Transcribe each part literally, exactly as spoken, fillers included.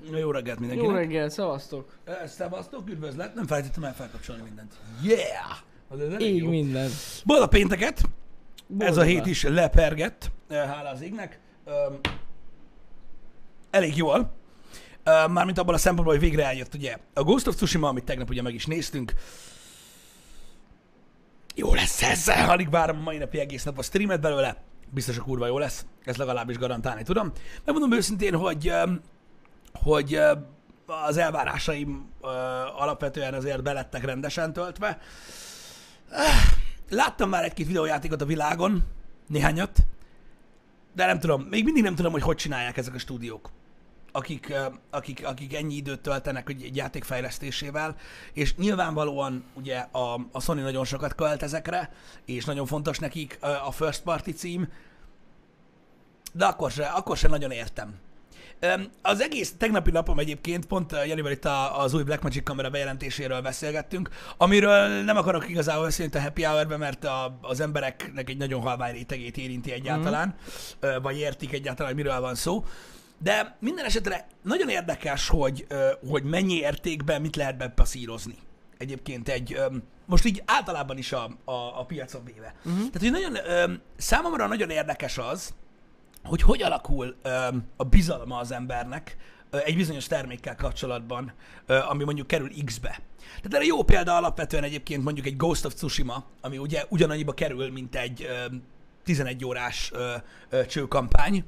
Jó reggelt mindenkinek. Jó reggelt, szevasztok. Szevasztok, üdvözlet. Nem felejtettem el felkapcsolni mindent. Yeah! Az ez elég Ég jó. minden. Boldog pénteket. Boldog Ez a hét is lepergett. Hála az égnek. Um, elég jól. Um, mármint abban a szempontból, hogy végre eljött ugye a Ghost of Tsushima, amit tegnap ugye meg is néztünk. Jó lesz ez. Alig várom a mai napi egész nap a streamet belőle. Biztos a kurva jó lesz. Ezt legalábbis garantálni tudom. Megmondom őszintén, hogy, um, hogy uh, az elvárásaim uh, alapvetően azért belettek rendesen töltve. Uh, láttam már egy-két videójátékot a világon, néhányat, de nem tudom, még mindig nem tudom, hogy hogy csinálják ezek a stúdiók, akik, uh, akik, akik ennyi időt töltenek egy játék fejlesztésével, és nyilvánvalóan ugye a, a Sony nagyon sokat költ ezekre, és nagyon fontos nekik uh, a first party cím, de akkor se, akkor se nagyon értem. Az egész tegnapi napom egyébként, pont Janival itt az új Blackmagic kamera bejelentéséről beszélgettünk, amiről nem akarok igazából beszélni a Happy Hour-ben, mert a, az embereknek egy nagyon halvány rétegét érinti egyáltalán, mm. vagy értik egyáltalán, hogy miről van szó. De minden esetre nagyon érdekes, hogy, hogy mennyi értékben mit lehet bepasszírozni. Egyébként egy, most így általában is a, a, a piacon véve. Mm. Tehát, hogy nagyon, számomra nagyon érdekes az, hogy hogy alakul ö, a bizalma az embernek ö, egy bizonyos termékkel kapcsolatban, ö, ami mondjuk kerül X-be. Tehát erre jó példa alapvetően egyébként mondjuk egy Ghost of Tsushima, ami ugye ugyanannyiba kerül, mint egy ö, tizenegy órás ö, ö, csőkampány,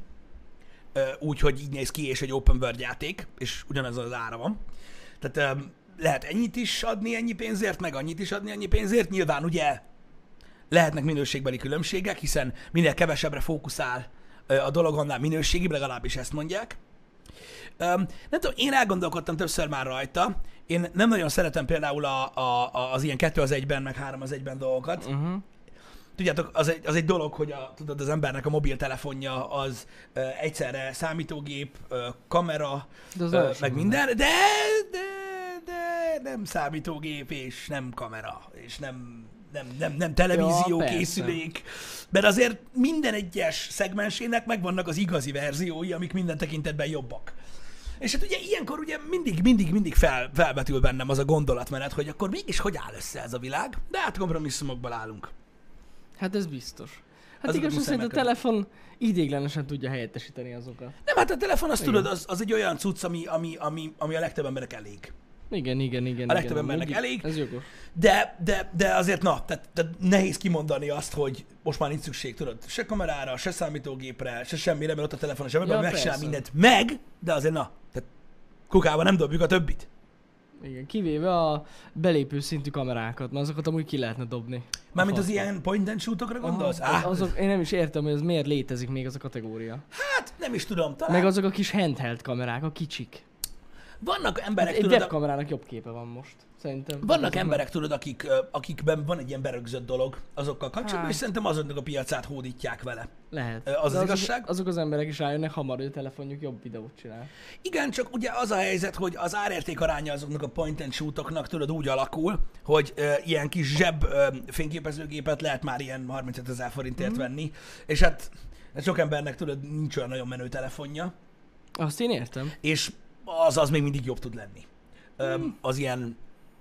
úgyhogy így néz ki, és egy open world játék, és ugyanaz az ára van. Tehát ö, lehet ennyit is adni ennyi pénzért, meg annyit is adni ennyi pénzért. Nyilván ugye lehetnek minőségbeli különbségek, hiszen minél kevesebbre fókuszál a dolog, annál minőségibb, legalábbis ezt mondják. Um, nem tudom, én elgondolkodtam többször már rajta. Én nem nagyon szeretem például a, a, a, az ilyen kettő az egyben, meg három az egyben dolgokat. Uh-huh. Tudjátok, az egy, az egy dolog, hogy a, tudod, az embernek a mobiltelefonja az uh, egyszerre számítógép, uh, kamera, uh, meg minden, de, de, de nem számítógép, és nem kamera, és nem... Nem, nem, nem televízió ja, készülék, mert azért minden egyes szegmensének megvannak az igazi verziói, amik minden tekintetben jobbak. És hát ugye ilyenkor ugye mindig, mindig, mindig fel, felvetül bennem az a gondolatmenet, hogy akkor mégis hogy áll össze ez a világ, de hát kompromisszumokból állunk. Hát ez biztos. Hát igazán szerint a telefon idéglenesen tudja helyettesíteni azokat. Nem, hát a telefon azt igen. Tudod, az, az egy olyan cucc, ami, ami, ami, ami a legtöbb emberek elég. Igen, igen, igen. A legtöbb igen, embernek igen. elég. Ez jogos. De, de, de azért na, tehát, tehát nehéz kimondani azt, hogy most már nincs szükség, tudod, se kamerára, se számítógépre, se semmire, mert ott a telefon, és ebben ja, megcsinál mindent meg, de azért na, tehát kukában nem dobjuk a többit. Igen, kivéve a belépő szintű kamerákat, mert azokat amúgy ki lehetne dobni. Mármint az ilyen point and shootokra gondolsz? Aha, azok, én nem is értem, hogy ez miért létezik még az a kategória. Hát nem is tudom, talán. Meg azok a kis handheld kamerák, a kicsik. Vannak emberek, egy tudod... Egy webkamerának jobb képe van most, szerintem. Vannak emberek, nem... tudod, akik, akikben van egy ilyen berögzött dolog azokkal kapcsolatban, hát. És szerintem azoknak a piacát hódítják vele. Lehet. Az az, az igazság. Azok az emberek is rájönnek hamar, hogy a telefonjuk jobb videót csinál. Igen, csak ugye az a helyzet, hogy az árérték aránya azoknak a point and shootoknak, tudod, úgy alakul, hogy uh, ilyen kis zseb uh, fényképezőgépet lehet már ilyen harmincötezer forintért mm. venni, és hát sok embernek, tudod, nincs olyan nagyon menő telefonja. Azt én értem. És az, az még mindig jobb tud lenni. Mm. Um, az ilyen,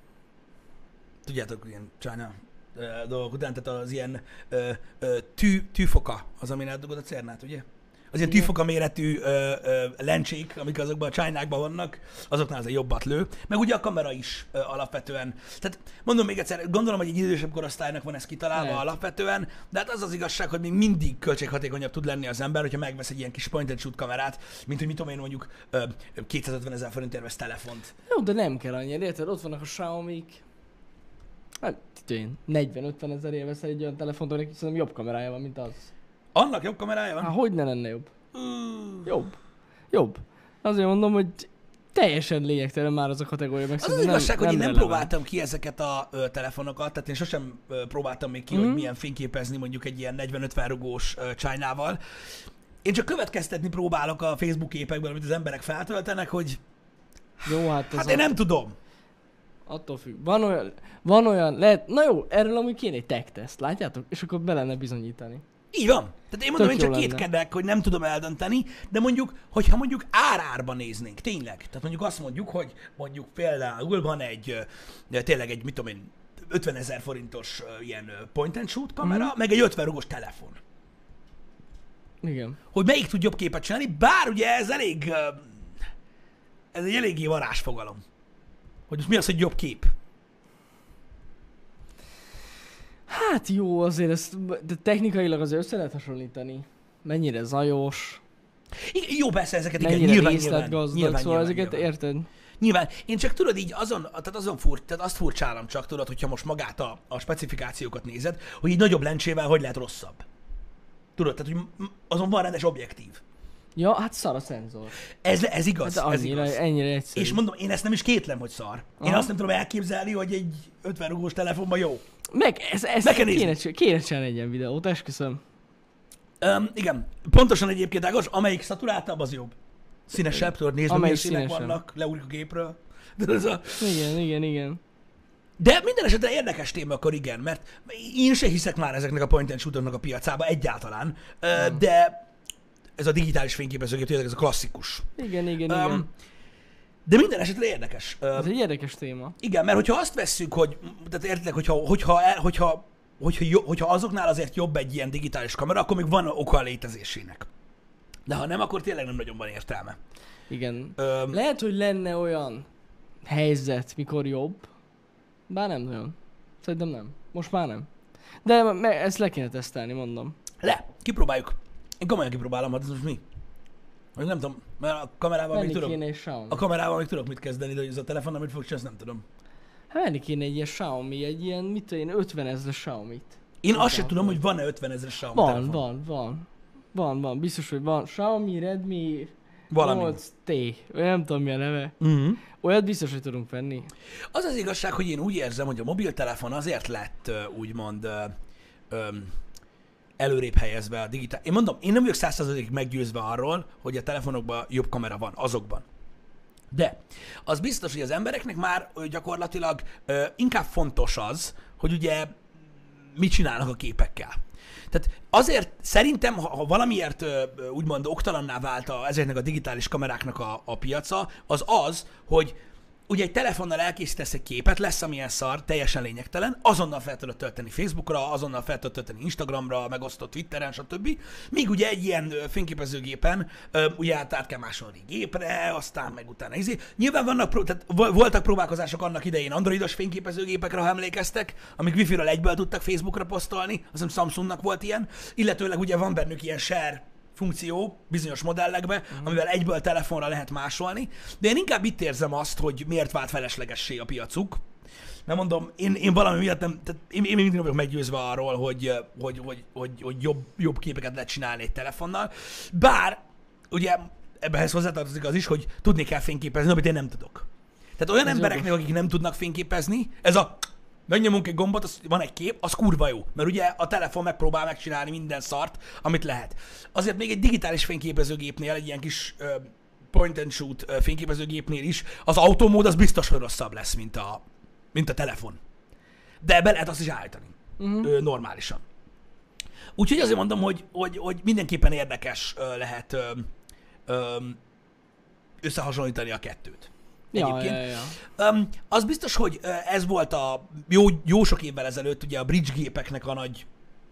tudjátok, ilyen China uh, dolgok után, tehát az ilyen uh, uh, tű, tűfoka, az, amin átdugod a cérnát, ugye? Az ilyen tűfoka méretű uh, uh, lencsék, amik azokban a China-kban vannak, azoknál azért jobbat lő. Meg ugye a kamera is uh, alapvetően. Tehát mondom még egyszer, gondolom, hogy egy idősebb korosztálynak van ez kitalálva lehet. Alapvetően, de hát az az igazság, hogy még mindig költséghatékonyabb tud lenni az ember, hogyha megvesz egy ilyen kis point and shoot kamerát, mint hogy mit tudom én mondjuk uh, kétszázötven ezer forintért vesz telefont. Jó, de nem kell annyira, érted? Ott vannak a Xiaomi-k. Hát, én negyven-ötven ezerért veszel egy olyan telefont, aminek szerintem jobb kamerája van, mint az. Annak jobb kamerája van? Hát hogy ne lenne jobb? Uh. Jobb. Jobb. Azért mondom, hogy teljesen lényegtelen már az a kategória. Meg az az igazság, nem, hogy én nem próbáltam ki ezeket a ö, telefonokat, tehát én sosem ö, próbáltam még ki, mm. hogy milyen fényképezni mondjuk egy ilyen negyven-ötven rugós ö, China-val. Én csak következtetni próbálok a Facebook képekből, amit az emberek feltöltenek, hogy jó, hát, hát én nem tudom. Attól függ. Van olyan, van olyan, lehet, na jó, erről amúgy kéne egy tech teszt, látjátok? És akkor be lenne bizonyítani. Így van. Tehát én mondom, Tök én csak jó lenne. kétkedek, hogy nem tudom eldönteni, de mondjuk, hogyha mondjuk árárban néznénk, tényleg. Tehát mondjuk azt mondjuk, hogy mondjuk például van egy, ö, tényleg egy, mit tudom én, ötvenezer forintos ö, ilyen ö, point and shoot kamera, Mhm. meg egy ötven rugós telefon. Igen. Hogy melyik tud jobb képet csinálni, bár ugye ez elég, ö, ez egy eléggé varázsfogalom. Hogy most mi az, hogy jobb kép? Hát jó, azért ezt, de technikailag azért össze lehet hasonlítani. Mennyire zajos, Igen, jó, persze ezeket igen, mennyire nyilván, nyilván, részletgazdag, nyilván, szóval nyilván, ezeket nyilván. érted? Nyilván, én csak tudod így azon, tehát azon fur, tehát azt furcsálom csak, tudod, hogyha most magát a, a specifikációkat nézed, hogy így nagyobb lencsével hogy lehet rosszabb. Tudod, tehát hogy m- azon van rendes objektív. Ja, hát szar a szenzor. Ez, ez igaz, Hát ez annyira, igaz. ennyire egyszerű. És mondom, én ezt nem is kétlem, hogy szar. Én Aha. azt nem tudom elképzelni, hogy egy ötven rugós telefonban jó. Meg, ez, ez Meg kell nézni. kéne, csinálni- kéne csinálni egy ilyen videót, esküszöm. Um, igen, pontosan egyébként Ágos, amelyik szaturáltabb, az jobb. Színesebb, tudod, nézd, milyen Amelyik színek színesebb. vannak, leúrik a gépről. De, ez a... Igen, igen, igen. De minden esetre érdekes téma akkor igen, mert én se hiszek már ezeknek a point and shootoknak a piacába egyáltalán, Ö, de ez a digitális fényképezőgép tényleg ez a klasszikus. Igen, igen, Um, igen. de minden esetre érdekes. Ö, Ez egy érdekes téma. Igen, mert hogyha azt vesszük, hogy, tehát értitek, hogyha, hogyha, el- hogyha, hogyha, jó- hogyha azoknál azért jobb egy ilyen digitális kamera, akkor még van oka a létezésének. De ha nem, akkor tényleg nem nagyon van értelme. Igen. Öm, Lehet, hogy lenne olyan helyzet, mikor jobb, bár nem nagyon. Szerintem nem. Most már nem. De me- ezt le kéne tesztelni, mondom. le, kipróbáljuk. Én komolyan kipróbálom, hát ez most mi? Vagy nem tudom, mert a kamerával még Venni tudom. kéne egy Xiaomi. A kamerával még tudok mit kezdeni, de hogy ez a telefon, amit fog csinálni, ezt nem tudom. Hát venni kéne egy ilyen Xiaomi, egy ilyen, mit tudom én, ötven ezres Xiaomit. Én azt sem Aztán tudom, hogy- hogy van-e ötven ezres Xiaomi Van, telefon. van, van. Van, van. Biztos, hogy van. Xiaomi Redmi Valami. nyolc T. Nem tudom mi a neve. Uh-huh. Olyat biztos, hogy tudunk venni. Az az igazság, hogy én úgy érzem, hogy a mobiltelefon azért lett ö, úgymond ö, ö, előrébb helyezve a digitál. Én mondom, én nem vagyok száz százalékig meggyőzve arról, hogy a telefonokban jobb kamera van, azokban. De az biztos, hogy az embereknek már ö, gyakorlatilag ö, inkább fontos az, hogy ugye mit csinálnak a képekkel. Tehát azért szerintem, ha, ha valamiért ö, ö, úgymond oktalanná vált a, ezeknek a digitális kameráknak a, a piaca, az az, hogy ugye egy telefonnal elkészítesz egy képet, lesz amilyen szar, teljesen lényegtelen, azonnal fel tudod tölteni Facebookra, azonnal fel tudod tölteni Instagramra, megosztott Twitteren, stb. Míg ugye egy ilyen ö, fényképezőgépen, ö, ugye át, át kell másolni gépre, aztán meg utána izé. Nyilván vannak, pró- tehát vo- voltak próbálkozások annak idején androidos fényképezőgépekre, ha emlékeztek, amik wifi-ről egyből tudtak Facebookra posztolni, azt hiszem Samsungnak volt ilyen, illetőleg ugye van bennük ilyen share funkció bizonyos modellekbe, uh-huh. amivel egyből telefonra lehet másolni, de én inkább itt érzem azt, hogy miért vált feleslegessé a piacuk. Nem mondom, én, én valami miatt nem, tehát én, én mindig nem vagyok meggyőzve arról, hogy, hogy, hogy, hogy, hogy jobb, jobb képeket lehet csinálni egy telefonnal, bár ugye ebbehez hozzátartozik az is, hogy tudni kell fényképezni, amit én nem tudok. Tehát olyan Ez embereknek, jogos. akik nem tudnak fényképezni, ez a megnyomunk egy gombot, az, van egy kép, az kurva jó. Mert ugye a telefon megpróbál megcsinálni minden szart, amit lehet. Azért még egy digitális fényképezőgépnél, egy ilyen kis uh, point and shoot uh, fényképezőgépnél is, az automód az biztos, hogy rosszabb lesz, mint a, mint a telefon. De be lehet azt is állítani. Uh-huh. Ö, normálisan. Úgyhogy azért mondom, hogy, hogy, hogy mindenképpen érdekes ö, lehet ö, ö, összehasonlítani a kettőt. Ja, Egyébként. ja, ja. Um, az biztos, hogy ö, ez volt a jó, jó sok évvel ezelőtt ugye a bridge gépeknek a nagy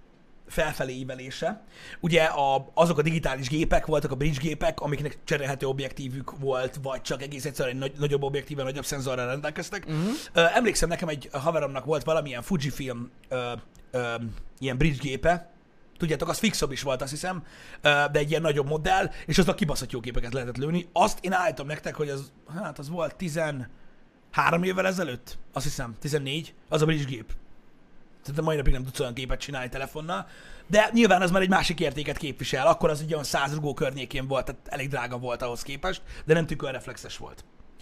felfelé ívelése. Ugye a, azok a digitális gépek voltak a bridge gépek, amiknek cserélhető objektívük volt, vagy csak egész egyszerűen egy nagy, nagyobb objektíven, nagyobb szenzorral rendelkeztek. Uh-huh. Ö, emlékszem, nekem egy haveromnak volt valamilyen Fujifilm ö, ö, ilyen bridge gépe, tudjátok, az fixobb is volt, azt hiszem, ö, de egy ilyen nagyobb modell, és aznak kibaszott jó képeket lehetett lőni. Azt én állítom nektek, hogy az, hát az volt tizenhárom évvel ezelőtt, azt hiszem, tizennégy, az a bridge gép. Tehát mai napig nem tudsz olyan képet csinálni telefonnal, de nyilván az már egy másik értéket képvisel. Akkor az egy olyan száz rugó környékén volt, tehát elég drága volt ahhoz képest, de nem tükörreflexes volt.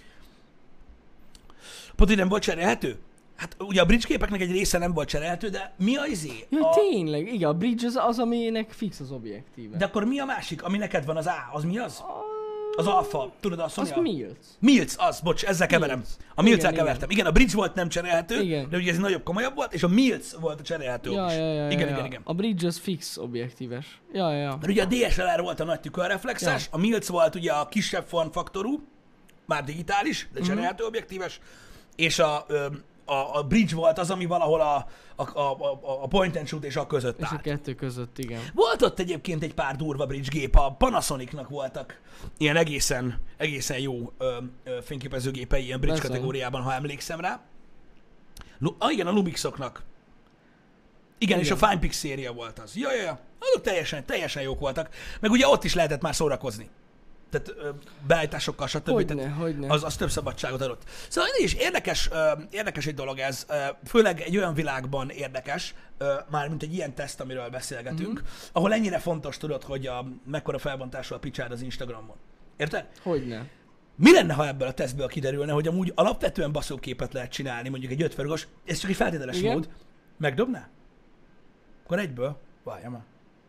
Poti nem volt cserélhető? Hát ugye a bridge képeknek egy része nem volt cserélhető, de mi a izé? Ja, A... tényleg, igen, a bridge az, az aminek fix az objektíve. De akkor mi a másik, ami neked van az A? Az mi az? A Az Alpha, tudod, a Sony Az Alpha. Mills. Mills, az, bocs, ezzel keverem. Mills. A Mills-el Igen, kevertem. Igen, a Bridge volt nem cserélhető, Igen. de ugye ez nagyobb, komolyabb volt, és a Mills volt a cserélhető Ja, is. ja, ja, igen, ja, igen, ja. igen. A Bridge az fix objektíves. Ja, ja, ja. Mert ugye a dé es el er volt a nagy tükörreflexes, Ja. a Mills volt ugye a kisebb formfaktorú, már digitális, Mhm. de cserélhető objektíves, és a, ö, a, a Bridge volt az, ami valahol a, a, a, a, a point and shoot és a között És a állt. kettő között, igen. Volt ott egyébként egy pár durva bridge gép, a Panasonicnak voltak ilyen egészen, egészen jó ö, ö, fényképezőgépei ilyen bridge Persze. kategóriában, ha emlékszem rá. Lu- ah, igen, a Lumixoknak. Igen, igen, és a FinePix széria volt az. Ja, ja, ja. Azok teljesen, teljesen jók voltak. Meg ugye ott is lehetett már szórakozni. Tehát ö, beállításokkal, stb. Hogyne, Tehát hogyne. az, az több szabadságot adott. Szóval is érdekes, ö, érdekes egy dolog ez, ö, főleg egy olyan világban érdekes, ö, már mint egy ilyen teszt, amiről beszélgetünk, Mhm. mm-hmm. ahol ennyire fontos tudod, hogy a, mekkora felbontású a picsád az Instagramon. Érted? Hogyne. Mi lenne, ha ebből a tesztből kiderülne, hogy amúgy alapvetően baszóképet lehet csinálni, mondjuk egy ötven rugos, ez csak egy feltételes Igen. mód, megdobná? Akkor egyből? Várjál már.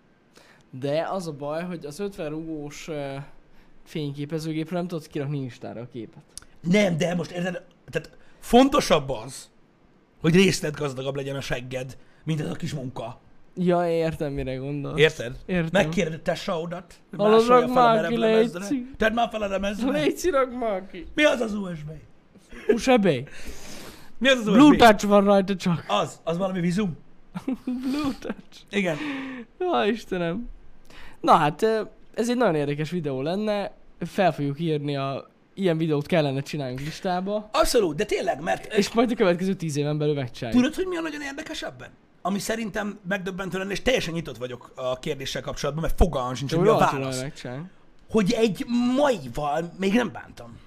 De az a baj, hogy az ötven rugós uh, fényképezőgépre nem tudod kirakni Instára a képet. Nem, de most érted, tehát fontosabb az, hogy részletgazdagabb legyen a segged, mint ez a kis munka. Ja, értem, mire gondolsz. Érted? Értem. Megkérded a tesódat, hogy Hallod, másolja rak fel a már merev ki, lemezre. légy Tedd már fel a lemezre. Légy szírak már ki. Mi az az u es bé? u es bé. Mi az az u es bé? Blue Touch van rajta csak. Az, az valami vizum. Blue Touch. Igen. Ja, Istenem. Na hát, ö, ez egy nagyon érdekes videó lenne. Fel fogjuk írni a... Ilyen videót kellene csináljunk listába. Abszolút, de tényleg, mert És majd a következő tíz éven belül megcsináljuk. tudod, hogy mi a nagyon érdekes ebben? Ami szerintem megdöbbentő lenne, és teljesen nyitott vagyok a kérdéssel kapcsolatban, mert fogalmam sincs, hogy mi a Jól tudom válasz. megcsinálni. Hogy egy maival még nem bántam.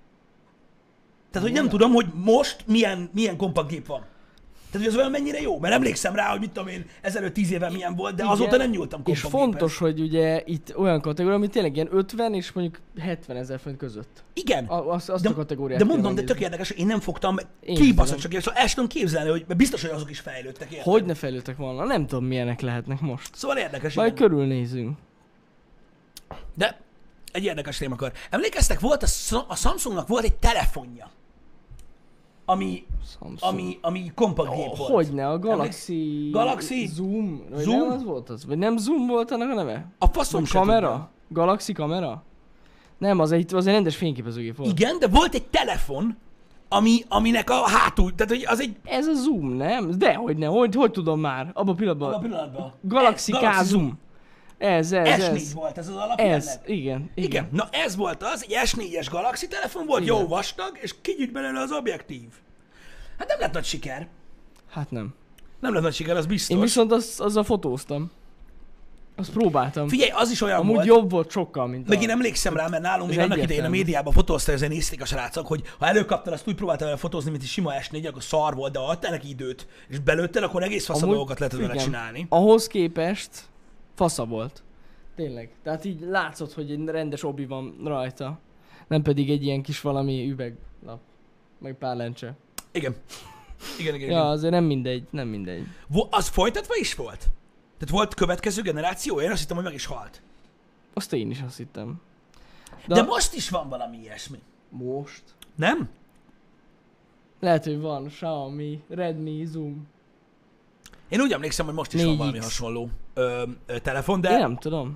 Tehát, hogy nem Ja. tudom, hogy most milyen, milyen kompakt gép van. Tehát, hogy az olyan mennyire jó, mert emlékszem rá, hogy mit tudom én, ezelőtt tíz éve milyen volt, de Igen. azóta nem nyúltam kompakt És fontos, hogy ugye itt olyan kategória, ami tényleg ilyen ötven és mondjuk hetven ezer font között. Igen, A, azt, azt de, a kategóriát de kell mondom, de megnézni. tök érdekes, hogy én nem fogtam Én kibaszott sem. csak, szóval el sem tudom képzelni, hogy mert biztos, hogy azok is fejlődtek, érted? Hogy ne fejlődtek volna? Nem tudom milyenek lehetnek most. Szóval érdekes, Majd igen. körülnézünk. De egy érdekes témakör. Emlékeztek, volt a, Sa- a Samsungnak volt egy telefonja, ami, Samsung. ami, ami kompakt gép volt. Hogyne, a Galaxy... Galaxy? Zoom? Vagy Zoom? nem az volt az? Vagy nem Zoom volt annak a neve? A faszom Vagy se kamera? tudja. Galaxy kamera? Nem, az egy, az egy rendes fényképezőgép volt. Igen, de volt egy telefon, ami, aminek a hátul, tehát hogy az egy... Ez a Zoom, nem? Dehogy ne, hogy, hogy tudom már? Abban a Abban a pillanatban. pillanatban. Galaxy K Galaxy Zoom. Ez, ez, es négy ez. volt ez az alapja Ez, ennek. igen, Igen. igen. Na ez volt az, egy es négyes Galaxy telefon volt, Igen. jó vastag, és kinyit belőle az objektív. Hát nem lett nagy siker. Hát nem. Nem lett nagy siker, az biztos. Én viszont az, azzal fotóztam. Azt próbáltam. Figyelj, az is olyan Amúgy volt. jobb volt sokkal, mint Meg a... én emlékszem rá, mert nálunk Ez még annak idején a egyértelmű. médiában fotózta, ezen nézték a srácok, hogy ha előkaptad, azt úgy próbáltál vele fotózni, mint egy sima es négy, akkor szar volt, de ha adtál neki időt, és belőtted, akkor egész fasz a Amúgy- dolgokat lehetett vele igen. csinálni. Ahhoz képest fasza volt. Tényleg. Tehát így látszott, hogy egy rendes obi van rajta. Nem pedig egy ilyen kis valami üveglap. Meg pár lencse. Igen. Igen, igen, Ja, igen. azért nem mindegy, nem mindegy. Vo- az folytatva is volt? Tehát volt következő generáció? Én azt hittem, hogy meg is halt. Azt én is azt hittem. De, De most is van valami ilyesmi. most? Nem? Lehet, hogy van Xiaomi, Redmi, Zoom. Én úgy emlékszem, hogy most is van négy valami X. hasonló ö, ö, telefon, de Én nem tudom.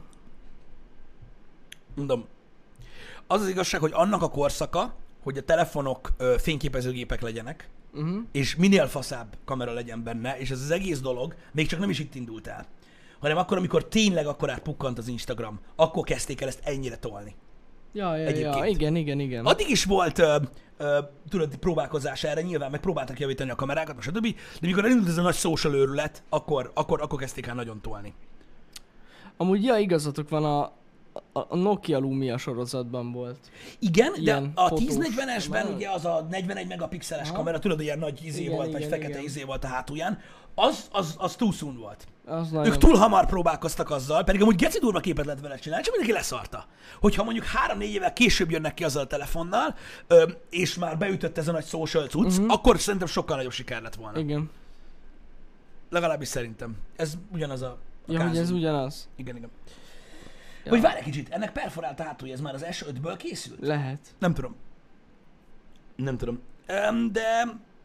mondom, az az igazság, hogy annak a korszaka, hogy a telefonok ö, fényképezőgépek legyenek, Uh-huh. és minél faszább kamera legyen benne, és ez az egész dolog még csak nem is itt indult el, hanem akkor, amikor tényleg akkor átpukkant az Instagram, akkor kezdték el ezt ennyire tolni. Ja, ja, ja, Egyébként. igen, igen, igen. Addig is volt, ö, ö, tudod, próbálkozás erre, nyilván meg próbáltak javítani a kamerákat, most stb. De mikor elindult ez a nagy social őrület, akkor, akkor, akkor kezdték el nagyon tolni. Amúgy ja, igazatok van, a, a, a Nokia Lumia sorozatban volt. Igen, Ilyen de a fotós tíz-negyvenesben kamera? ugye az a negyvenegy megapixeles Aha. kamera, tudod, ilyen nagy izé Igen, volt, vagy igen, fekete igen. izé volt a hátulján, az, az, az too soon volt. Az Ők nagyon... túl hamar próbálkoztak azzal, pedig amúgy geci durva képet lehet vele csinálni, csak mindenki leszarta. Hogyha mondjuk három-négy évvel később jönnek ki azzal a telefonnal, ö, és már beütött ez a nagy social cucc, Mhm. uh-huh. akkor szerintem sokkal nagyobb siker lett volna. Igen. Legalábbis szerintem. Ez ugyanaz a, a Ja, hogy ez kázum. ugyanaz. Igen, igen. Ja. Vagy várj egy kicsit, ennek perforált hátulja, ez már az es ötből készült? Lehet. Nem tudom. Nem tudom. Um, de...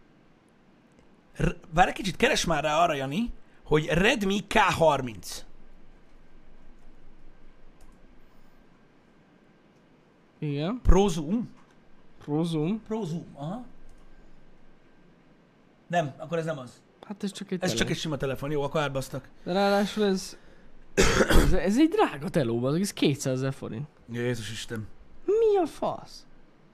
R- várj egy kicsit, keres már rá arra, Jani, hogy Redmi ká harminc. Igen. Pro Zoom. Pro Zoom. Pro Zoom, aha. Nem, akkor ez nem az. Hát ez csak egy Ez teló. csak egy sima telefon, jó, akkor átbasztak. De ráadásul ez... ez, ez egy drága teló, az ez kétszázezer forint. Jézus Isten. Mi a fasz?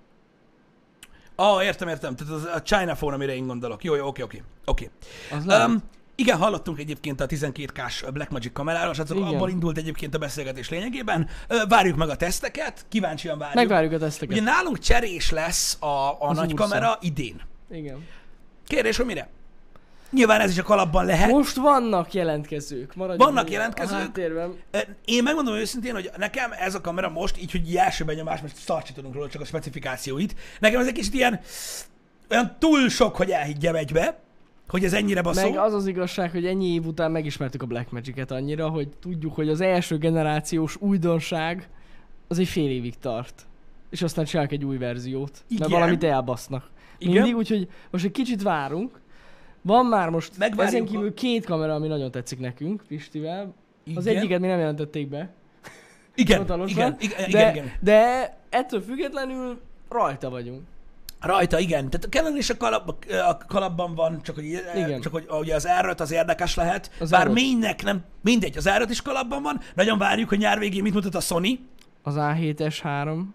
Ah, értem, értem. Tehát az a China Phone, amire én gondolok. Jó, jó, oké, oké. Oké. Az lehet. Um, igen, hallottunk egyébként a tizenkét kás Blackmagic kameráról, és Igen. abból indult egyébként a beszélgetés lényegében. Ö, Várjuk meg a teszteket, kíváncsian várjuk. Megvárjuk a teszteket. Ugye nálunk cserés lesz a, a Az nagy Ursa. kamera idén. Igen. Kérdés, hogy mire? Nyilván ez is a kalapban lehet. Most vannak jelentkezők. Maradjunk Vannak még jelentkezők. A háttérben. Ö, Én megmondom őszintén, hogy nekem ez a kamera most, így, hogy így első benyomás, most szarcsítanunk róla csak a specifikációit, nekem ez egy kicsit ilyen, olyan túl sok, hogy elhiggyem egybe, hogy ez ennyire baszó. Meg az az igazság, hogy ennyi év után megismertük a Blackmagic-et annyira, hogy tudjuk, hogy az első generációs újdonság az egy fél évig tart. És aztán csinálják egy új verziót. Igen. Mert valamit elbasznak. Igen. Mindig, úgyhogy most egy kicsit várunk. Van már most Megvárjuk ezen a- kívül két kamera, ami nagyon tetszik nekünk, Pistivel. Az Igen. egyiket még nem jelentették be. Igen, hivatalosan, igen, igen, de, igen, igen. de ettől függetlenül rajta vagyunk. Rajta, igen. Tehát a Canon is a, kalap, a kalapban van, csak hogy, Igen. csak hogy ugye az er öt az érdekes lehet. Az Bár er öt. mainnek nem, mindegy, az er öt is kalapban van. Nagyon várjuk, hogy nyár végén mit mutat a Sony. Az á hét es három.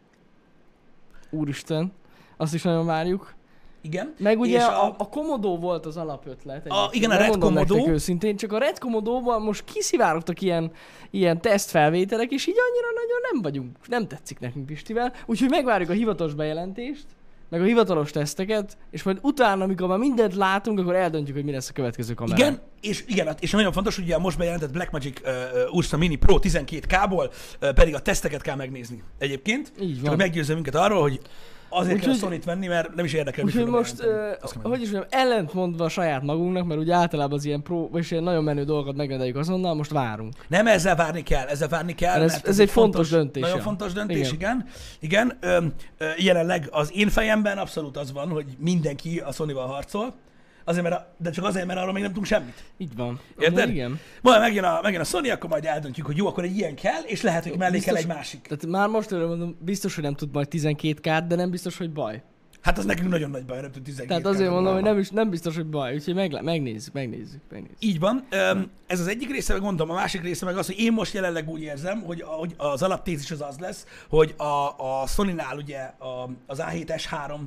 Úristen. Azt is nagyon várjuk. Igen. Meg ugye És a, a Komodo volt az alapötlet. A- igen, a Megmondom Red Komodo. nektek őszintén, csak a Red Komodo-ban most kiszivárogtak ilyen, ilyen tesztfelvételek, és így annyira nagyon nem vagyunk, nem tetszik nekünk Pistivel. Úgyhogy megvárjuk a hivatalos bejelentést, meg a hivatalos teszteket, és majd utána, amikor már mindent látunk, akkor eldöntjük, hogy mi lesz a következő kamera. Igen, és igen, és nagyon fontos, hogy ugye a most bejelentett Blackmagic uh, uh, Ursa Mini Pro tizenkét ká-ból uh, pedig a teszteket kell megnézni egyébként. Így Csak van. hogy meggyőzze minket arról, hogy azért Úgyhogy- kell a Sony-t venni, mert nem is érdekel, Úgyhogy fognak most, bejelenteni. uh, Azt kell hogy is mondjam, ellentmondva saját magunknak, mert ugye általában az ilyen pro, vagy ilyen nagyon menő dolgokat megrendeljük azonnal, most várunk. Nem, ezzel várni kell, ezzel várni kell. Ez- mert ez egy fontos döntés, Nagyon ja. fontos döntés, igen. Igen. Igen, igen. Ö, ö, jelenleg az én fejemben abszolút az van, hogy mindenki a Sony-val harcol, azért, mert a, de csak azért, mert arról még nem tudunk semmit. Így van. Érted? Amúgy igen. Majd megjön a, megjön a Sony, akkor majd eldöntjük, hogy jó, akkor egy ilyen kell, és lehet, hogy mellé kell Biztos- egy másik. Tehát már most előre mondom, biztos, hogy nem tud majd tizenkét kát, de nem biztos, hogy baj. Hát az nekünk nagyon nagy baj, nem tud tizenkét Tehát azért kell. mondom, hogy nem, is, nem biztos, hogy baj, úgyhogy meglá- megnézzük, megnézzük, megnézzük. Így van. Öm, Ez az egyik része, meg mondom, a másik része meg az, hogy én most jelenleg úgy érzem, hogy, hogy az alaptézis az az lesz, hogy a, a Sony-nál ugye a, az á hét es három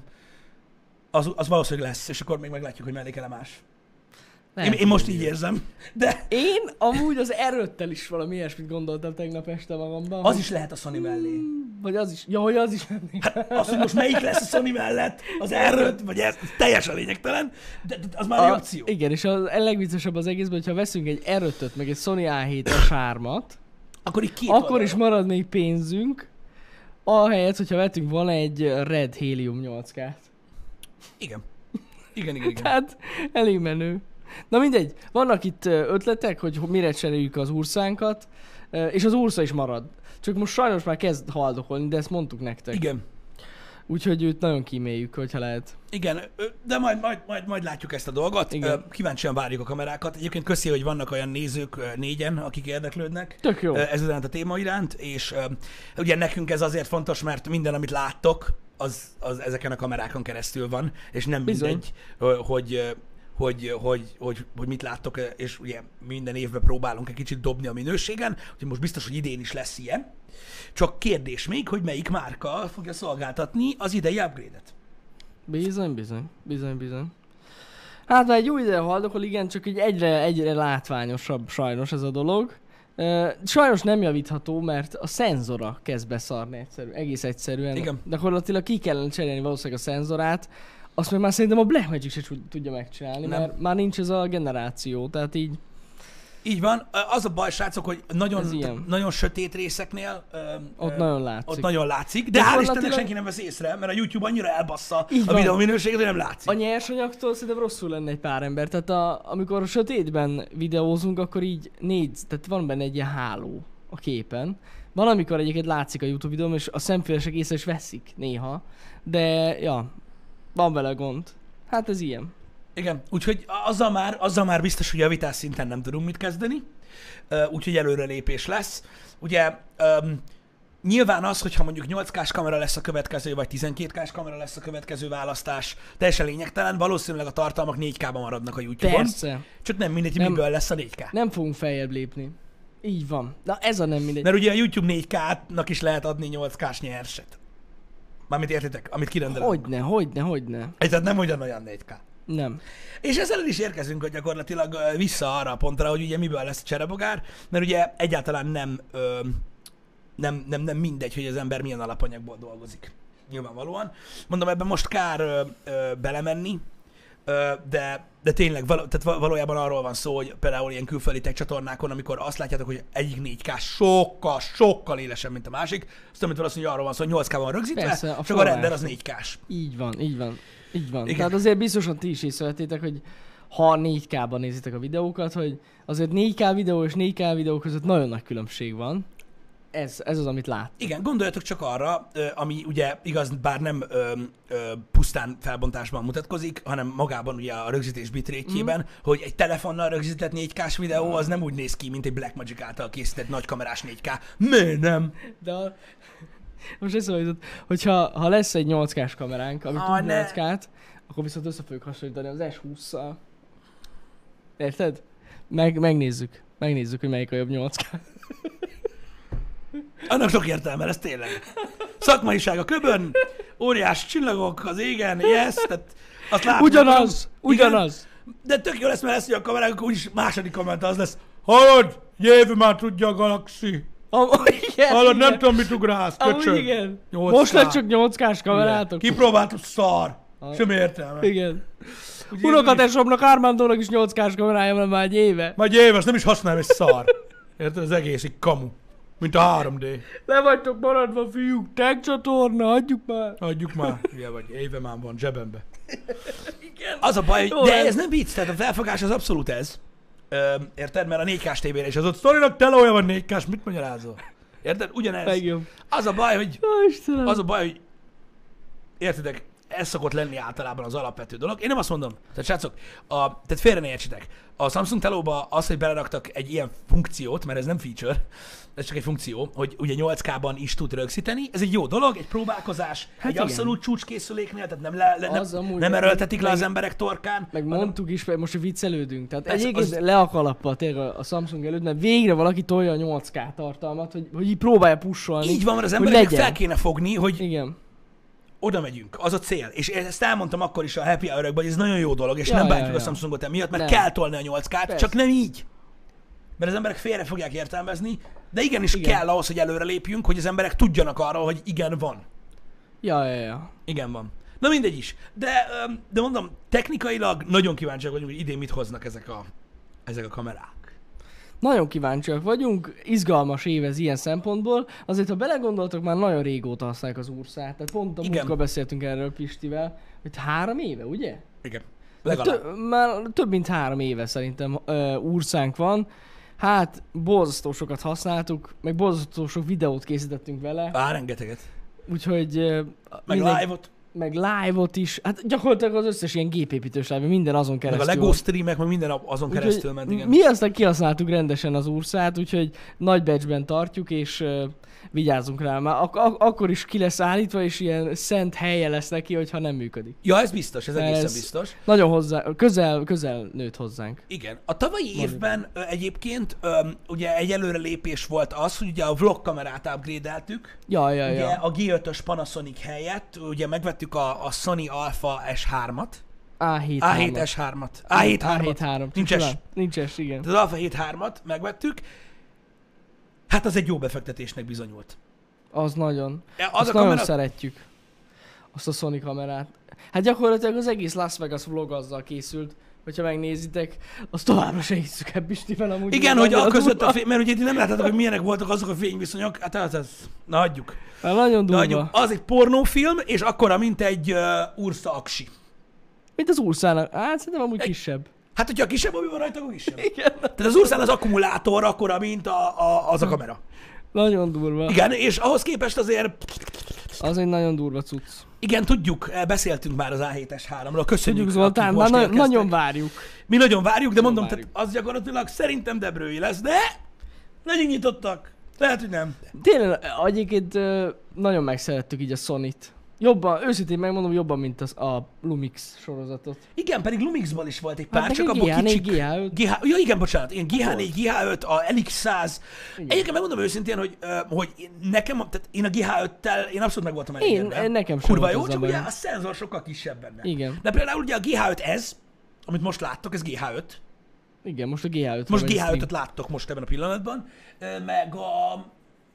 az, az valószínűleg lesz, és akkor még meglátjuk, hogy mellé kell más. Én, Lehet, én most hogy így igen. érzem. De Én amúgy az erőttel is valami ilyesmit gondoltam tegnap este magamban. az hogy- is lehet a Sony mellé. Vagy az is. Ja, hogy az is. Hát az, hogy most melyik lesz a Sony mellett, az er öt, vagy ez, ez teljesen lényegtelen, de, de az már egy A, opció. igen, és a legviccesebb az egészben, hogyha veszünk egy er ötöt, meg egy Sony á hét es hármat, Akkor így két akkor oldalra. is marad még pénzünk, ahelyett, hogyha vetünk volna egy Red Helium nyolc kát. Igen. Igen, igen, igen. Tehát elég menő. Na mindegy, vannak itt ö, ötletek, hogy mire cseréljük az Ursánkat, ö, és az Ursa is marad. Csak most sajnos már kezd haldokolni, de ezt mondtuk nektek. Igen. Úgyhogy őt nagyon kíméljük, hogyha lehet. Igen, ö, de majd, majd, majd, majd látjuk ezt a dolgot. Igen. Ö, Kíváncsian várjuk a kamerákat. Egyébként köszi, hogy vannak olyan nézők ö, négyen, akik érdeklődnek Tök jó. ö, ez iránt a téma iránt, és ö, ugye nekünk ez azért fontos, mert minden, amit láttok, az, az ezeken a kamerákon keresztül van, és nem Bizony. mindegy, ö, hogy, ö, hogy, hogy, hogy, hogy mit láttok, ö, és ugye minden évben próbálunk egy kicsit dobni a minőségen, úgyhogy most biztos, hogy idén is lesz ilyen. Csak kérdés még, hogy melyik márka fogja szolgáltatni az idei upgrade-et. Bizony, bizony, bizony, bizony. Hát már egy jó ideje haldokol, igen, csak így egyre, egyre látványosabb sajnos ez a dolog. Uh, sajnos nem javítható, mert a szenzora kezd beszarni egyszerű, egész egyszerűen. Igen. Gyakorlatilag ki kellene cserélni valószínűleg a szenzorát, azt meg már szerintem a Blackmagic se tud- tudja megcsinálni, Nem. mert már nincs ez a generáció, tehát így Így van. Az a baj, srácok, hogy Ez nagyon, ilyen. tehát nagyon sötét részeknél öm, ott öm, nagyon látszik. ott nagyon látszik, de hál' Gyakorlatilag- Istennek senki nem vesz észre, mert a YouTube annyira elbassza Így a van. videó minőséget, hogy nem látszik. A nyersanyagtól szerintem rosszul lenne egy pár ember, tehát a, amikor a sötétben videózunk, akkor így négy, tehát van benne egy ilyen háló a képen, Valamikor egyébként látszik a YouTube videóm, és a szemfélesek észre is veszik néha. De, ja, van vele gond. Hát ez ilyen. Igen, úgyhogy azzal már, azzal már biztos, hogy javítás szinten nem tudunk mit kezdeni, úgyhogy előrelépés lesz. Ugye um, nyilván az, hogyha mondjuk nyolc kás kamera lesz a következő, vagy tizenkét kás kamera lesz a következő választás, teljesen lényegtelen, valószínűleg a tartalmak négy ká-ban maradnak a YouTube-on. Persze. Csak nem mindegy, Nem. miből lesz a négy ká. Nem fogunk feljebb lépni. Így van. Na ez a nem mindegy. Mert ugye a YouTube négy ká-nak is lehet adni nyolc kás nyerset. Mármint értitek, amit kirendelünk. Hogyne, hogyne, hogyne. Tehát nem ugyanolyan négy ká. Nem. És ezzel el is érkezünk hogy gyakorlatilag ö, vissza arra a pontra, hogy ugye miből lesz a cserebogár, mert ugye egyáltalán nem, ö, nem, nem, nem mindegy, hogy az ember milyen alapanyagból dolgozik. Nyilvánvalóan. Mondom, ebben most kár ö, ö, belemenni, ö, de, de tényleg való, tehát valójában arról van szó, hogy például ilyen külföldi tech csatornákon, amikor azt látjátok, hogy egyik négy ká sokkal, sokkal élesebb, mint a másik, azt amit valószínűleg arról van szó, hogy nyolc ká van rögzítve, Persze, a csak a forrás. render az négy kás. Így van, így van. Így van. Igen. Tehát azért biztosan ti is észrevettétek, hogy ha négy ká-ban nézitek a videókat, hogy azért négy ká videó és négy ká videó között nagyon nagy különbség van. Ez, ez az, amit lát. Igen, gondoljatok csak arra, ö, ami ugye igaz, bár nem ö, ö, pusztán felbontásban mutatkozik, hanem magában ugye a rögzítés bitrétjében, mm. hogy egy telefonnal rögzített négy kás videó az nem úgy néz ki, mint egy Blackmagic által készített nagykamerás négy ká. Miért nem? De a... most eszembe jutott, hogyha ha lesz egy nyolc kás kameránk, ami Ah, tud ne. nyolc kát, akkor viszont össze fogjuk hasonlítani az es hússzal. Érted? Meg, megnézzük. Megnézzük, hogy melyik a jobb nyolc ká. Annak sok értelme lesz tényleg. Szakmaiság a köbön, óriás csillagok az égen, yes, tehát azt látom. Ugyanaz! Ugyanaz! Igen, de tök jó lesz, mert lesz, hogy a kamerák, akkor úgyis második komment az lesz. Hallod? Jövő már tudja a galaxi. Am- igen, Hallod, igen. nem tudom, mit ugrálsz, Amúgy köcsög. igen. nyolc ká. Most lett csak nyolc kás kamerátok. Kipróbáltam, szar. Ah. Semmi értelme. Igen. Ugye Unokatesomnak Armandónak is nyolc kás kamerája van már egy éve. Majd éves, nem is használom, egy szar. Érted? Az egész egy kamu. Mint a három dé. Le vagytok maradva, fiúk, tech csatorna, adjuk már. Adjuk már. Ilyen vagy, éve már van zsebembe. Igen. Az a baj, Jó, hogy de ez- ez nem vicc, tehát a felfogás az abszolút ez. Ö, érted? Mert a négy kás tévére is az ott sztorinak tele olyan van négy kás, mit magyarázol? Érted? Ugyanez. Legjobb. Az a baj, hogy Ó, Istenem. az a baj, hogy értitek, ez szokott lenni általában az alapvető dolog. Én nem azt mondom, tehát srácok, a, tehát félre ne értsetek. A Samsung Telóba az, hogy beleraktak egy ilyen funkciót, mert ez nem feature, ez csak egy funkció, hogy ugye nyolc ká-ban is tud rögzíteni. Ez egy jó dolog, egy próbálkozás, hát egy igen. abszolút csúcskészüléknél, tehát nem, le, le, Az nem, amúgy nem meg- erőltetik le meg- az emberek torkán. Meg hanem- mondtuk is, mert most hogy viccelődünk. Tehát Persze, egyébként az- le a kalappal tényleg a a Samsung előtt, mert végre valaki tolja a nyolc ká tartalmat, hogy, hogy így próbálja pusholni. Így van, mert az hogy embereknek legyen. fel kéne fogni, hogy Igen. oda megyünk, az a cél. És ezt elmondtam akkor is a Happy Hour-ökben, hogy ez nagyon jó dolog, és Ja, nem ja, bántjuk ja. a Samsungot emiatt, mert Nem. kell tolni a nyolc kát, Persze. csak nem így. Mert az emberek félre fogják értelmezni, de igenis Igen. kell ahhoz, hogy előre lépjünk, hogy az emberek tudjanak arról, hogy igen, van. Ja, ja, ja. Igen, van. Na mindegy is. De, öm, de mondom, technikailag nagyon kíváncsiak vagyunk, hogy idén mit hoznak ezek a, ezek a kamerák. Nagyon kíváncsiak vagyunk, izgalmas év ez ilyen szempontból. Azért, ha belegondoltok, már nagyon régóta használják az Ursát. Tehát pont a Igen. múltkor beszéltünk erről Pistivel, hogy három éve, ugye? Igen. Tö- Legalább. már több mint három éve szerintem uh, Ursánk van. Hát, borzasztó sokat használtuk, meg borzasztó sok videót készítettünk vele. Á, rengeteget. Úgyhogy... Uh, Meg minden- live-ot, Meg live-ot is. Hát gyakorlatilag az összes ilyen gépépítős live, minden azon meg keresztül. a Lego streamek, meg minden azon Úgyhogy keresztül ment, igen. Mi aztán kihasználtuk rendesen az Ursát, úgyhogy nagy batchben tartjuk, és uh, vigyázzunk rá. Már ak- ak- akkor is ki lesz állítva, és ilyen szent helye lesz neki, hogyha nem működik. Ja, ez biztos, ez egészen Ez- biztos. Nagyon hozzá, közel, közel nőtt hozzánk. Igen. A tavalyi évben ö, egyébként ö, ugye egy előrelépés volt az, hogy ugye a vlog kamerát upgrade-eltük. Ja, ja, Ugye ja. a gé ötös Panasonic helyett ugye megvettük a, a Sony Alpha es hármat. á hét á hét es hármat. á hét hármat. három. Nincs S. Nincs S, igen. Az Alpha hét hármat megvettük. Hát az egy jó befektetésnek bizonyult. Az nagyon. Az Azt a nagyon kamera... szeretjük. Azt a Sony kamerát. Hát gyakorlatilag az egész Las Vegas vlog azzal készült, hogyha megnézitek, az továbbra se hiszük ebbe Istivel amúgy. Igen, az hogy a annyira között durva. a fény, mert ugye ti nem láttátok, hogy milyenek voltak azok a fényviszonyok, hát az, az, na hagyjuk. Hát nagyon Na durva. hagyjuk. Az egy pornófilm, és akkora, mint egy uh, Ursa aksi. Mint az Ursának. Hát szerintem amúgy Egy- kisebb. Hát, hogyha a kisebb, ami van rajta, akkor kisebb. Igen. Tehát az Ursán az akkumulátor akkora, mint a, a, az a kamera. Nagyon durva. Igen, és ahhoz képest azért, Az egy nagyon durva cucc. igen, tudjuk, beszéltünk már az á hét es háromról, köszönjük, Tudjuk, Zoltán, akik már most na- érkeztek. nagyon várjuk. Mi nagyon várjuk, de mondom, várjuk. tehát az gyakorlatilag szerintem Debrői lesz, de legyünk nyitottak. Lehet, hogy nem. Tényleg, egyébként ö, nagyon megszerettük így a Sony-t. Jobban, őszintén megmondom, jobban, mint az, a Lumix sorozatot. Igen, pedig Lumixban is volt egy pár, Hát csak nekünk abból G H négy, kicsik. G H öt. G H, ja igen, bocsánat, ilyen G H négy, G H öt, a L X száz. Igen. Egyébként megmondom őszintén, hogy, ö, hogy én- nekem, tehát én a G H öttel, én abszolút meg voltam Én- elégedve. nekem sem Kurva volt jó, azzal csak ugye bajom. a szenzor sokkal kisebb benne. Igen. De például ugye a G H öt ez, amit most láttok, ez G H öt. Igen, most a G H öt. Most G H ötöt láttok most ebben a pillanatban. Ö, Meg a...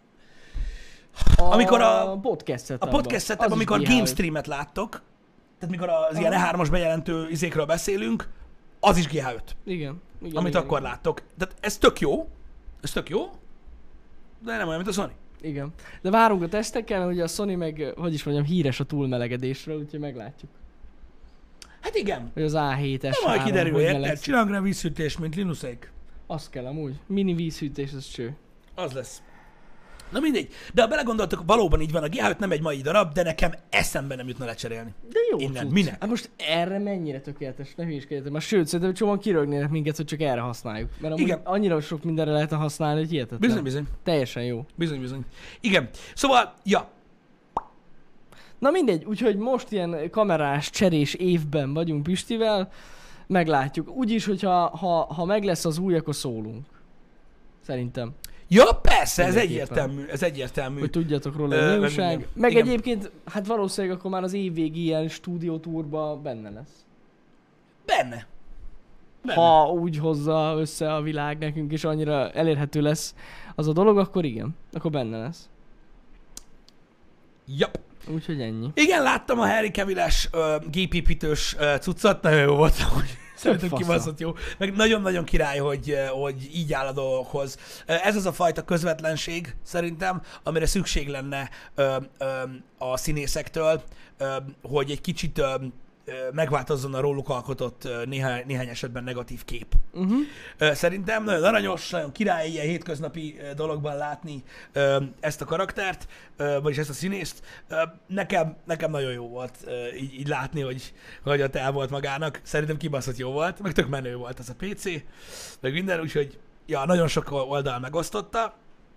A amikor a- podcast A setupban. podcast Az setup, is amikor G H öt. game streamet láttok, tehát mikor az ilyen E hármas bejelentő izékről beszélünk, az is G H öt, Igen. igen amit igen, akkor igen. láttok. Tehát ez tök jó, ez tök jó, de nem olyan, mint a Sony. Igen. De várunk a tesztekkel, mert ugye a Sony meg, hogy is mondjam, híres a túlmelegedésről, úgyhogy meglátjuk. Hát igen, Hogy az á hét es nem majd kiderül, érted? lesz. Csinálunk rá vízhűtés, mint Linuxék. Az kell amúgy. Mini vízhűtés, ez cső. Az lesz. Na mindegy, de ha belegondoltok, valóban így van, a G H öt nem egy mai darab, de nekem eszembe nem jutna lecserélni. De jó Innen, cucc. minek? Hát most erre mennyire tökéletes, ne hülyeskedjetek. Már sőt, szerintem csomóan kirögnének minket, hogy csak erre használjuk. Mert amúgy Igen. annyira sok mindenre lehet használni, hogy hihetetlen. Bizony, bizony, Teljesen jó. bizony, bizony. Igen, szóval, ja, Na mindegy, úgyhogy most ilyen kamerás, cserés évben vagyunk Pistivel, meglátjuk. Úgyis, hogyha ha, ha meg lesz az új, akkor szólunk. Szerintem. ja persze, ez Mindenképpen. egyértelmű, ez egyértelmű. Hogy tudjatok róla Ö, a meg nyúlság. minden. Meg Igen. egyébként, hát valószínűleg akkor már az évvégi ilyen stúdiótúrba benne lesz. Benne. Benne. Ha úgy hozza össze a világ nekünk, és annyira elérhető lesz az a dolog, akkor igen. Akkor benne lesz. Yep. Úgyhogy ennyi. Igen, láttam a Harry Cavill-es uh, gépépítős uh, cuccat, nagyon jó volt, hogy szerintem fasza. kibaszott jó. Meg nagyon-nagyon király, hogy, uh, hogy így áll a dolgokhoz. Uh, ez az a fajta közvetlenség szerintem, amire szükség lenne uh, um, a színészektől, um, hogy egy kicsit um, megváltozzon a róluk alkotott uh, néhány, néhány esetben negatív kép. Uh-huh. Ö, Szerintem nagyon aranyos, nagyon király ilyen hétköznapi ö, dologban látni ö, ezt a karaktert, ö, vagyis ezt a színészt. Ö, Nekem, nekem nagyon jó volt ö, így, így látni, hogy, hogy ott el volt magának. Szerintem kibaszott jó volt, meg tök menő volt az a pé cé, meg minden, úgyhogy ja, nagyon sok oldal megosztotta.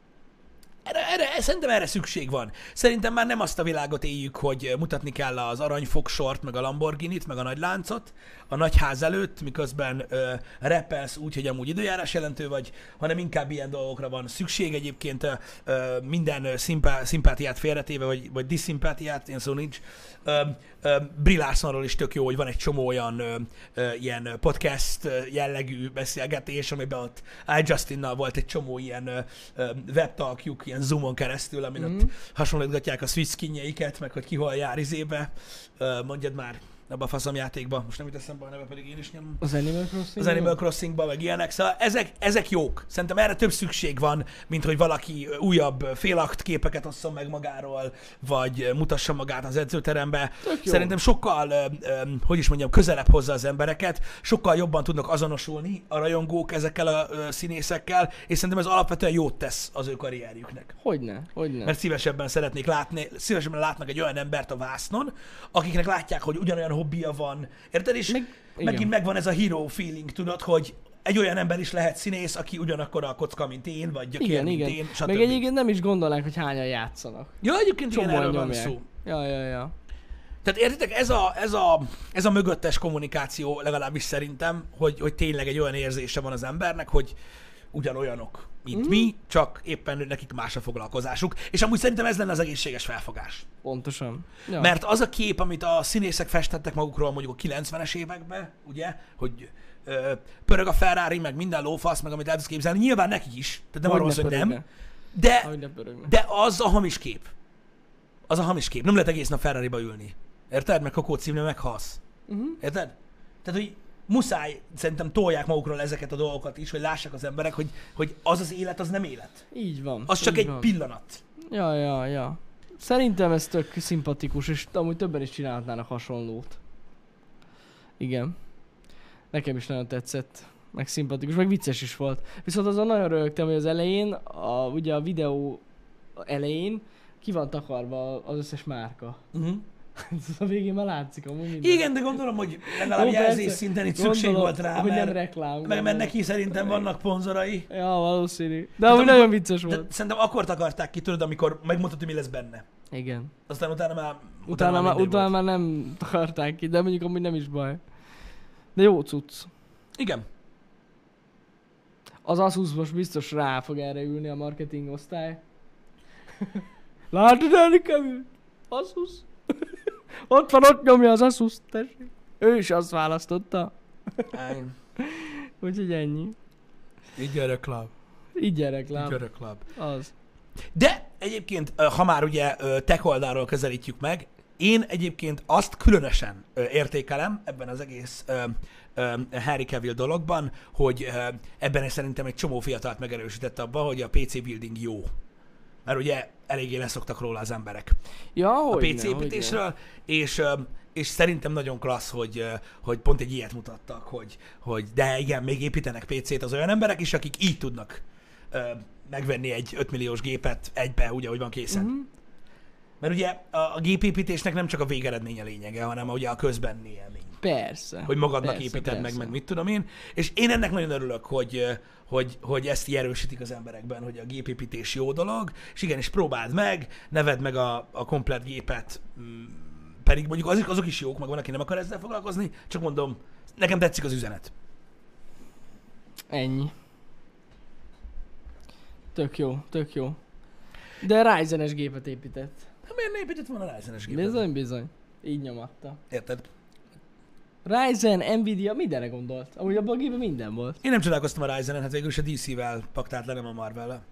Erre, erre, szerintem erre szükség van. Szerintem már nem azt a világot éljük, hogy mutatni kell az aranyfogsort, meg a Lamborghinit, meg a nagy láncot a nagyház előtt, miközben ö, rappelsz úgy, hogy amúgy időjárás jelentő vagy, hanem inkább ilyen dolgokra van szükség. Egyébként ö, ö, minden ö, szimpá, szimpátiát félretéve, vagy, vagy diszimpátiát, ilyen szó nincs. Ö, ö, Brie Larsonról is tök jó, hogy van egy csomó olyan ö, ö, ilyen podcast ö, jellegű beszélgetés, amiben ott I. Justinnal volt egy csomó ilyen ö, ö, webtalkjuk, ilyen Zoomon keresztül, amin Mhm. ott hasonlítgatják a Switch skinjeiket, meg hogy ki hol jár izébe. Ö, mondjad már, abba a faszomjátékba, most nem jut eszembe a neve, pedig én is nyomom. Az Animal Crossing? Az Animal Crossingban, meg ilyenek, szóval ezek, ezek jók. Szerintem erre több szükség van, mint hogy valaki újabb félakt képeket osszon meg magáról, vagy mutassa magát az edzőterembe. Tök jó. Szerintem sokkal, ö, ö, hogy is mondjam, közelebb hozza az embereket, sokkal jobban tudnak azonosulni a rajongók ezekkel a ö, színészekkel, és szerintem ez alapvetően jót tesz az ő karrierjüknek. Hogyne, hogyne. Mert szívesebben szeretnék látni, szívesebben látnak egy olyan embert a vásznon, akiknek látják, hogy ugyanolyan hobbija van. Érted? És Meg- Meg, igen. megint megvan ez a hero feeling, tudod, hogy egy olyan ember is lehet színész, aki ugyanakkor a kocka, mint én, vagy gyökér, Igen, mint igen. én, stb. Meg egyébként nem is gondolnánk, hogy hányan játszanak. Ja, egyébként igen, Csomóan erről van nyomják. szó. Ja, ja, ja. Tehát értitek, ez a, ez, a, ez a mögöttes kommunikáció legalábbis szerintem, hogy, hogy tényleg egy olyan érzése van az embernek, hogy ugyanolyanok, mint mm. mi, csak éppen nekik más a foglalkozásuk. És amúgy szerintem ez lenne az egészséges felfogás. Pontosan. Ja. Mert az a kép, amit a színészek festettek magukról mondjuk a kilencvenes években, ugye, hogy ö, pörög a Ferrari, meg minden lófasz, meg amit el tudsz képzelni, nyilván nekik is, tehát nem arról Hogyne szól, hogy nem, pörögne. de, Hogyne pörögne. de az a hamis kép. Az a hamis kép. Nem lehet egész nap Ferrariba ülni. Érted? Meg kakót szívni, meghalsz. Uh-huh. Érted? Tehát, hogy muszáj, szerintem tolják magukról ezeket a dolgokat is, hogy lássák az emberek, hogy, hogy az az élet, az nem élet. Így van. Az csak így egy van. pillanat. Ja, ja, ja. Szerintem ez tök szimpatikus, és amúgy többen is csinálhatnának hasonlót. Igen. Nekem is nagyon tetszett. Meg szimpatikus, meg vicces is volt. Viszont azon nagyon röhögtem, hogy az elején, a, ugye a videó elején ki van takarva az összes márka. Uh-huh. A végén már látszik amúgy minden. Igen, de gondolom, hogy legalább Jó, jelzés persze. szinten itt Gondolom, szükség volt rá, hogy nem mert, reklám. meg, mert gondolom. neki szerintem vannak ponzorai. Ja, valószínű. De amúgy amikor- nagyon vicces De volt. szerintem akkor takarták ki, tudod, amikor megmondtad, hogy mi lesz benne. Igen. Aztán utána már... Utána, már, mindegy utána volt. már nem takarták ki, de mondjuk amúgy nem is baj. De jó cucc. Igen. Az Asus most biztos rá fog erre ülni a marketing osztály. Látod, Enikem? Asus? Ott van, ott nyomja az Asus, tessék. Ő is azt választotta. Áj. Úgyhogy ennyi. Így a reklám. Így gyerek, Így a lám. reklám. Az. De egyébként, ö, ha már ugye ö, tech oldalról közelítjük meg, én egyébként azt különösen ö, értékelem ebben az egész ö, ö, Henry Cavill dologban, hogy ö, ebben szerintem egy csomó fiatalt megerősített abba, hogy a pé cé building jó. Mert ugye eléggé leszoktak róla az emberek Ja, a hogy pé cé építésről, és, ö, és szerintem nagyon klassz, hogy, ö, hogy pont egy ilyet mutattak, hogy, hogy de igen, még építenek pé cét az olyan emberek is, akik így tudnak ö, megvenni egy öt milliós gépet egybe, ugye, hogy van készen. Uh-huh. Mert ugye a, a gépépítésnek nem csak a végeredménye lényege, hanem ugye a közbenni élmény. Persze. Hogy magadnak persze, építed meg, persze. meg mit tudom én. És én ennek nagyon örülök, hogy, hogy, hogy ezt így erősítik az emberekben, hogy a gépépítés jó dolog, és igenis próbáld meg, neved meg a, a komplett gépet, mm, pedig mondjuk azok, azok is jók, meg van, aki nem akar ezzel foglalkozni, csak mondom, nekem tetszik az üzenet. Ennyi. Tök jó, tök jó. De Ryzen-es gépet épített. Hát miért ne épített volna a Ryzen-es gépet? Bizony, bizony. Így nyomatta. Érted? Ryzen, Nvidia, mindenre gondolt. Amúgy abban a gépben minden volt. Én nem csodálkoztam a Ryzen-en, hát végül is a dé cé-vel paktált le, nem a Marvel-vel.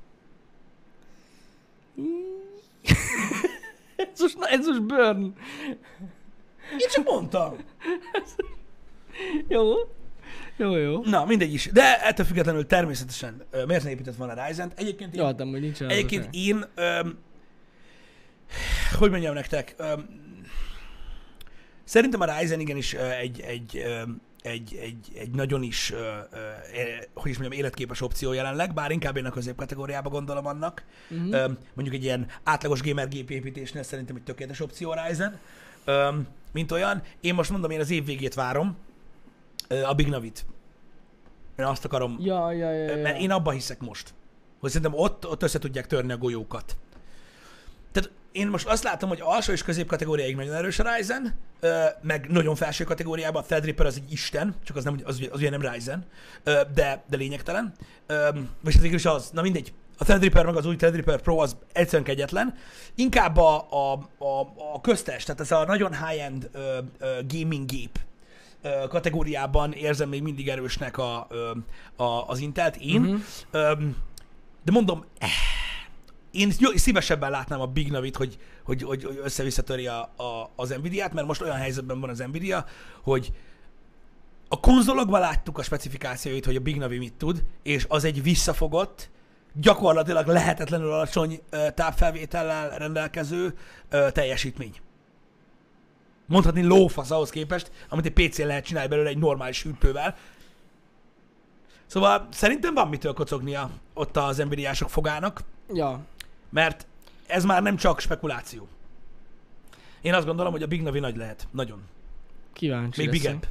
ez, most, na, ez most burn. Én csak mondtam. Jó. Jó, jó. Na, mindegy is. De ettől függetlenül természetesen ö, miért ne épített volna a Ryzen-t? Egyébként én, Jó, hát amúgy nincs olyan egyébként az én öm, hogy mondjam nektek, öm, szerintem a Ryzen igenis ö, egy, egy, öm, egy, egy, egy nagyon is, ö, ö, é- hogy is mondjam, életképes opció jelenleg, bár inkább én a középkategóriába gondolom annak. Mhm. Öm, mondjuk egy ilyen átlagos gamer gépépítésnél szerintem egy tökéletes opció a Ryzen, öm, mint olyan. Én most mondom, én az év végét várom, ö, a Big Navit. Én azt akarom, Ja, ja, ja, ja. mert én abban hiszek most, hogy szerintem ott, ott össze tudják törni a golyókat. Tehát én most azt látom, hogy alsó és közép kategóriáig nagyon erős a Ryzen, ö, meg nagyon felső kategóriában a Threadripper az egy isten, csak az, nem, az, az ugye nem Ryzen, ö, de, de lényegtelen. Ö, vagy hát végül is az, na mindegy, a Threadripper meg az új Threadripper Pro az egyszerűen kegyetlen. Inkább a, a, a, a köztes, tehát ez a nagyon high-end ö, ö, gaming gép ö, kategóriában érzem még mindig erősnek a, ö, a, az Intelt én. Mhm. Öm, de mondom, eh, én jó, szívesebben látnám a Big Navit, hogy, hogy, hogy, hogy össze-visszatöri a, a, az Nvidia-t, mert most olyan helyzetben van az Nvidia, hogy a konzolokban láttuk a specifikációit, hogy a Big Navi mit tud, és az egy visszafogott, gyakorlatilag lehetetlenül alacsony ö, tápfelvétellel rendelkező ö, teljesítmény. Mondhatni lófasz ahhoz képest, amit egy pé cén lehet csinálni belőle egy normális hűtővel. Szóval szerintem van mitől kocognia ott az Nvidia-sok fogának, Ja. mert ez már nem csak spekuláció. Én azt gondolom, hogy a Big Navi nagy lehet. Nagyon. Kíváncsi Még leszek. bigebb.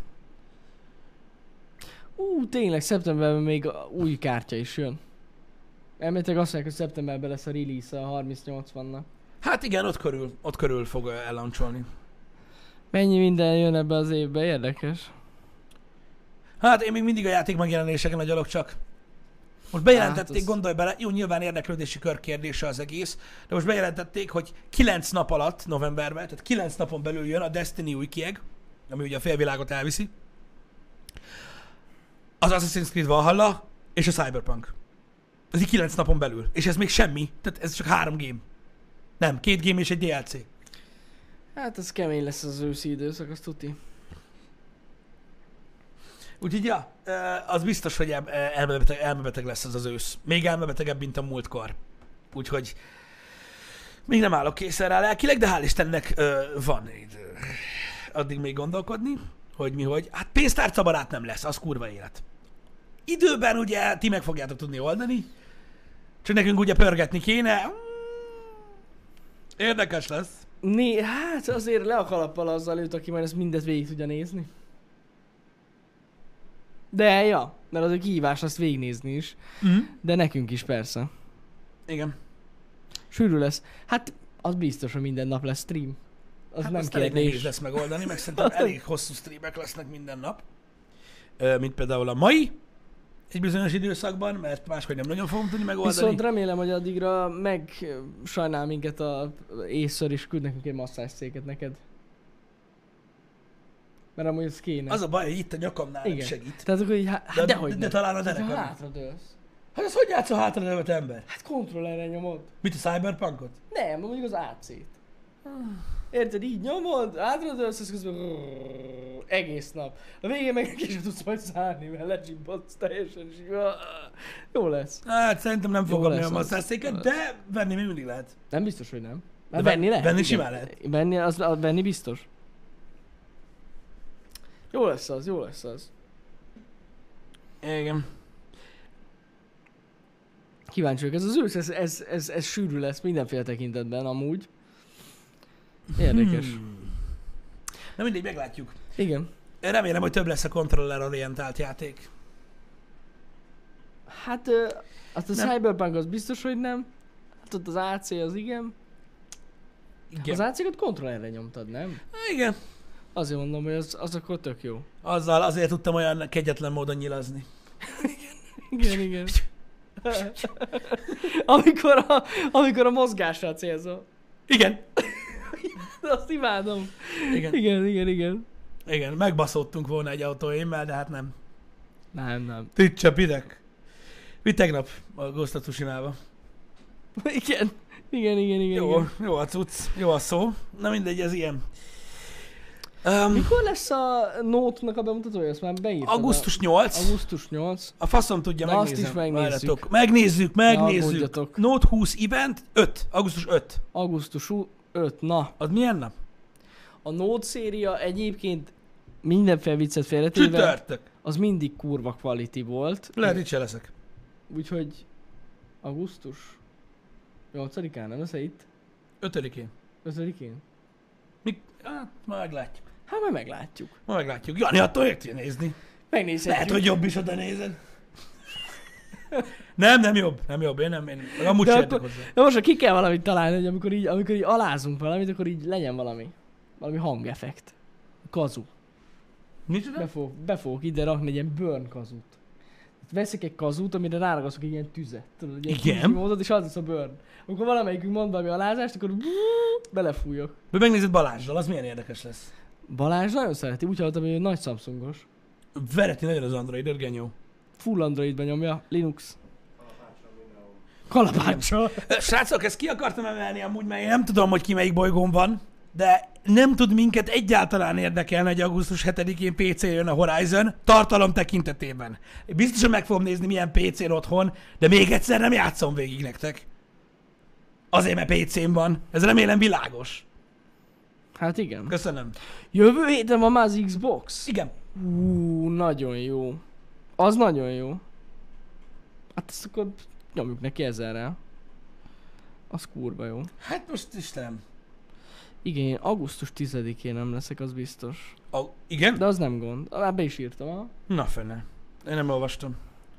Ú, tényleg szeptemberben még a új kártya is jön. Elméletileg azt mondják, hogy szeptemberben lesz a release a harminc nyolcvannak. Hát igen, ott körül, ott körül fog ellancsolni. Mennyi minden jön ebbe az évbe, érdekes. Hát én még mindig a játék megjelenéseken agyalok csak. Most bejelentették, Hát az- gondolj bele, jó, nyilván érdeklődési kör kérdése az egész, de most bejelentették, hogy kilenc nap alatt, novemberben, tehát kilenc napon belül jön a Destiny új kieg, ami ugye a félvilágot elviszi, az Assassin's Creed Valhalla és a Cyberpunk. Ez így kilenc napon belül. És ez még semmi, tehát ez csak három game. Nem, két game és egy dé el cé. Hát ez kemény lesz az őszi időszak, az tuti. Úgyhogy ja, ö, az biztos, hogy el- elmebeteg, elmebeteg lesz ez az ősz. Még elmebetegebb, mint a múltkor. Úgyhogy még nem állok készen rá lelkileg, de hál' Istennek ö, van idő. Addig még gondolkodni, hogy mi hogy. Hát pénztárcabarát nem lesz, az kurva élet. Időben ugye ti meg fogjátok tudni oldani, csak nekünk ugye pörgetni kéne. Mm, Érdekes lesz. Né, hát azért le a kalappal azzal őt, aki majd ezt mindet végig tudja nézni. De ja, mert az egy kihívás azt végignézni is. Mm. De nekünk is persze. Igen. Sűrű lesz. Hát az biztos, hogy minden nap lesz stream. Az Hát nem azt elég nehéz kérdés. lesz megoldani, meg szerintem elég hosszú streamek lesznek minden nap. Ö, mint például a mai, egy bizonyos időszakban, mert máshogy nem nagyon fogom tudni megoldani. Viszont remélem, hogy addigra meg sajnál minket a észre, és küld nekünk egy masszázszéket neked. Mert amúgy ez kéne. Az a baj, hogy itt a nyakamnál nem Igen. segít. Tehát akkor így, hát De, de, de, hogy de talán a Ha derekam. hátradőlsz. Hát ez hogy játszol hátradőlt ember? Hát kontrollerre nyomod. Mit, a Cyberpunkot? Nem, mondjuk az á cét. Érted, így nyomod, hátradőlsz, ez közben egész nap. A végén meg ki sem tudsz majd szállni, mert lecsimpantsz teljesen, és így, jó lesz. Hát szerintem nem Jó fogom kapni lesz a az. masszázszéket, de venni még mindig lehet. Nem biztos, hogy nem. De Hát ve- venni lehet. venni igen. simán lehet. Venni, az, az, venni biztos. Jó lesz az, jó lesz az. Igen. Kíváncsi vagyok, ez az ősz, ez, ez, ez, ez sűrű lesz mindenféle tekintetben amúgy. Érdekes. Hmm. Na mindegy, meglátjuk. Igen. Remélem, hogy több lesz a kontroller orientált játék. Hát ö, azt a Nem. Cyberpunk az biztos, hogy nem. Hát ott az á cé az igen. Igen. Az á cé-ket kontrollerre nyomtad, nem? Igen. Azért mondom, hogy az, az akkor tök jó. Azzal azért tudtam olyan kegyetlen módon nyilazni. Igen, igen. amikor, a, amikor a mozgásra célzol. Igen. Azt imádom. Igen. Igen, igen, igen. Igen, megbaszódtunk volna egy autóémmel, de hát nem. Nem, nem. Tücse, pidek. Mi tegnap a Ghost of Tsushima-ba. Igen. Igen, igen, igen. Jó, igen. jó a cucc, jó a szó. Na mindegy, ez ilyen. Um, Mikor lesz a Note-nak a bemutatója? Ezt már beírtad. augusztus nyolc. Augusztus nyolc. A faszom tudja, Na, azt megnézem. is megnézzük. Várjatok. Megnézzük, megnézzük. aggódjatok. Note húsz event, öt. augusztus öt. augusztus öt. Na, Az milyen nap? a Note széria egyébként mindenféle viccet félretéve, Csütörtök. az mindig kurva quality volt. Lehet, itt se leszek. Úgyhogy augusztus nyolcadikán, nem lesz itt? Ötödikén. ötödikén? Mi? Hát, ma meglátjuk. Hát majd meglátjuk. Ma meglátjuk. Jani, attól érti nézni. Megnézhetjük. Lehet, hogy jobb is oda nézed. Nem, nem jobb. Nem jobb. Én nem. Én amúgy De sem értek akkor- hozzá. Na most, ha ki kell valamit találni, hogy amikor így, amikor így alázunk valamit, akkor így legyen valami. Valami hangeffekt. Kazu. Nincs Be, fog, be fogok ide rakni egy ilyen burn kazút. Veszek egy kazút, amire ráragaszok egy ilyen tüzet. Tudod, egy ilyen Igen? tűzi módot, és az lesz a burn. Amikor valamelyikünk mond valami alázást, akkor belefújok. De megnézed Balázsral, az milyen érdekes lesz. Balázs nagyon szereti, úgy hallottam, hogy ő nagy Samsungos. Vereti nagyon az Android, genyó. Full Androidban nyomja, Linux. Kalapáccsal. Srácok, ezt ki akartam emelni amúgy, mert én nem tudom, hogy ki melyik bolygón van, de nem tud minket egyáltalán érdekelni, hogy augusztus hetedikén pé cé jön a Horizon, tartalom tekintetében. Biztosan meg fogom nézni, milyen pé cén otthon, de még egyszer nem játszom végig nektek. Azért, mert pé cén van. Ez remélem világos. Hát igen. Köszönöm. Jövő héten van már az Xbox. Igen. Ú, nagyon jó. Az nagyon jó. Hát ezt akkor nyomjuk neki ezerrel. Az kurva jó. Hát most Istenem. Igen, én augusztus tizedikén nem leszek, az biztos. A, igen? De az nem gond. Már be is írtam, ha? Na fene. Én nem olvastam.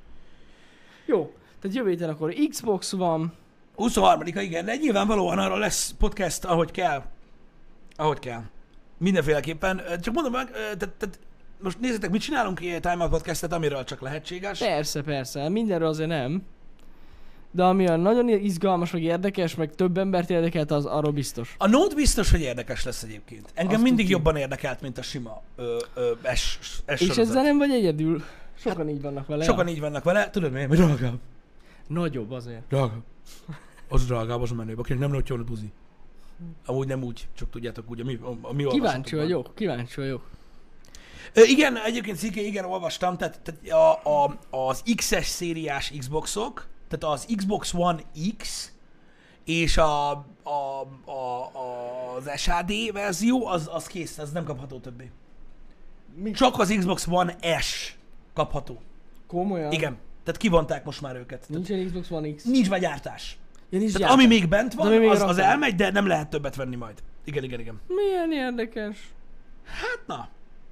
Jó. Tehát jövő héten akkor Xbox van. huszonharmadika igen, de nyilvánvalóan arra lesz podcast, ahogy kell. Ahogy kell. Mindenféleképpen. Csak mondom meg, tehát, tehát most nézzétek, mit csinálunk ilyen Time Out podcastet, amiről csak lehetséges. Persze, persze. Mindenről azért nem. De ami olyan nagyon izgalmas, meg érdekes, meg több embert érdekelt, az arról biztos. A Note biztos, hogy érdekes lesz egyébként. Engem Azt mindig tudjuk. jobban érdekelt, mint a sima ö, ö, S, S És sorozat. ezzel nem vagy egyedül. Sokan így vannak vele. Sokan így vannak vele. Tudod miért? Mert drágább. Nagyobb azért. Drágább. Az drágább, az a menőbb, akinek nem nagyon a tuzi. Amúgy nem úgy, csak tudjátok úgy, a mi, a mi Kíváncsi olvasatokban. vagyok, kíváncsi vagyok. Ö, igen, egyébként Sziké, igen, olvastam, tehát, tehát a, a, az iksz es szériás Xboxok, tehát az Xbox One X és a, a, a, a, az es há dé verzió, az, az kész, az nem kapható többé. Mi? Csak az Xbox One S kapható. Komolyan? Igen, tehát kivonták most már őket. Tehát Nincsen Xbox One X? nincs már gyártás. Ja, nincs Tehát gyártás. ami még bent van, De még az, az rakták. elmegy, de nem lehet többet venni majd. Igen, igen, igen. Milyen érdekes. Hát na.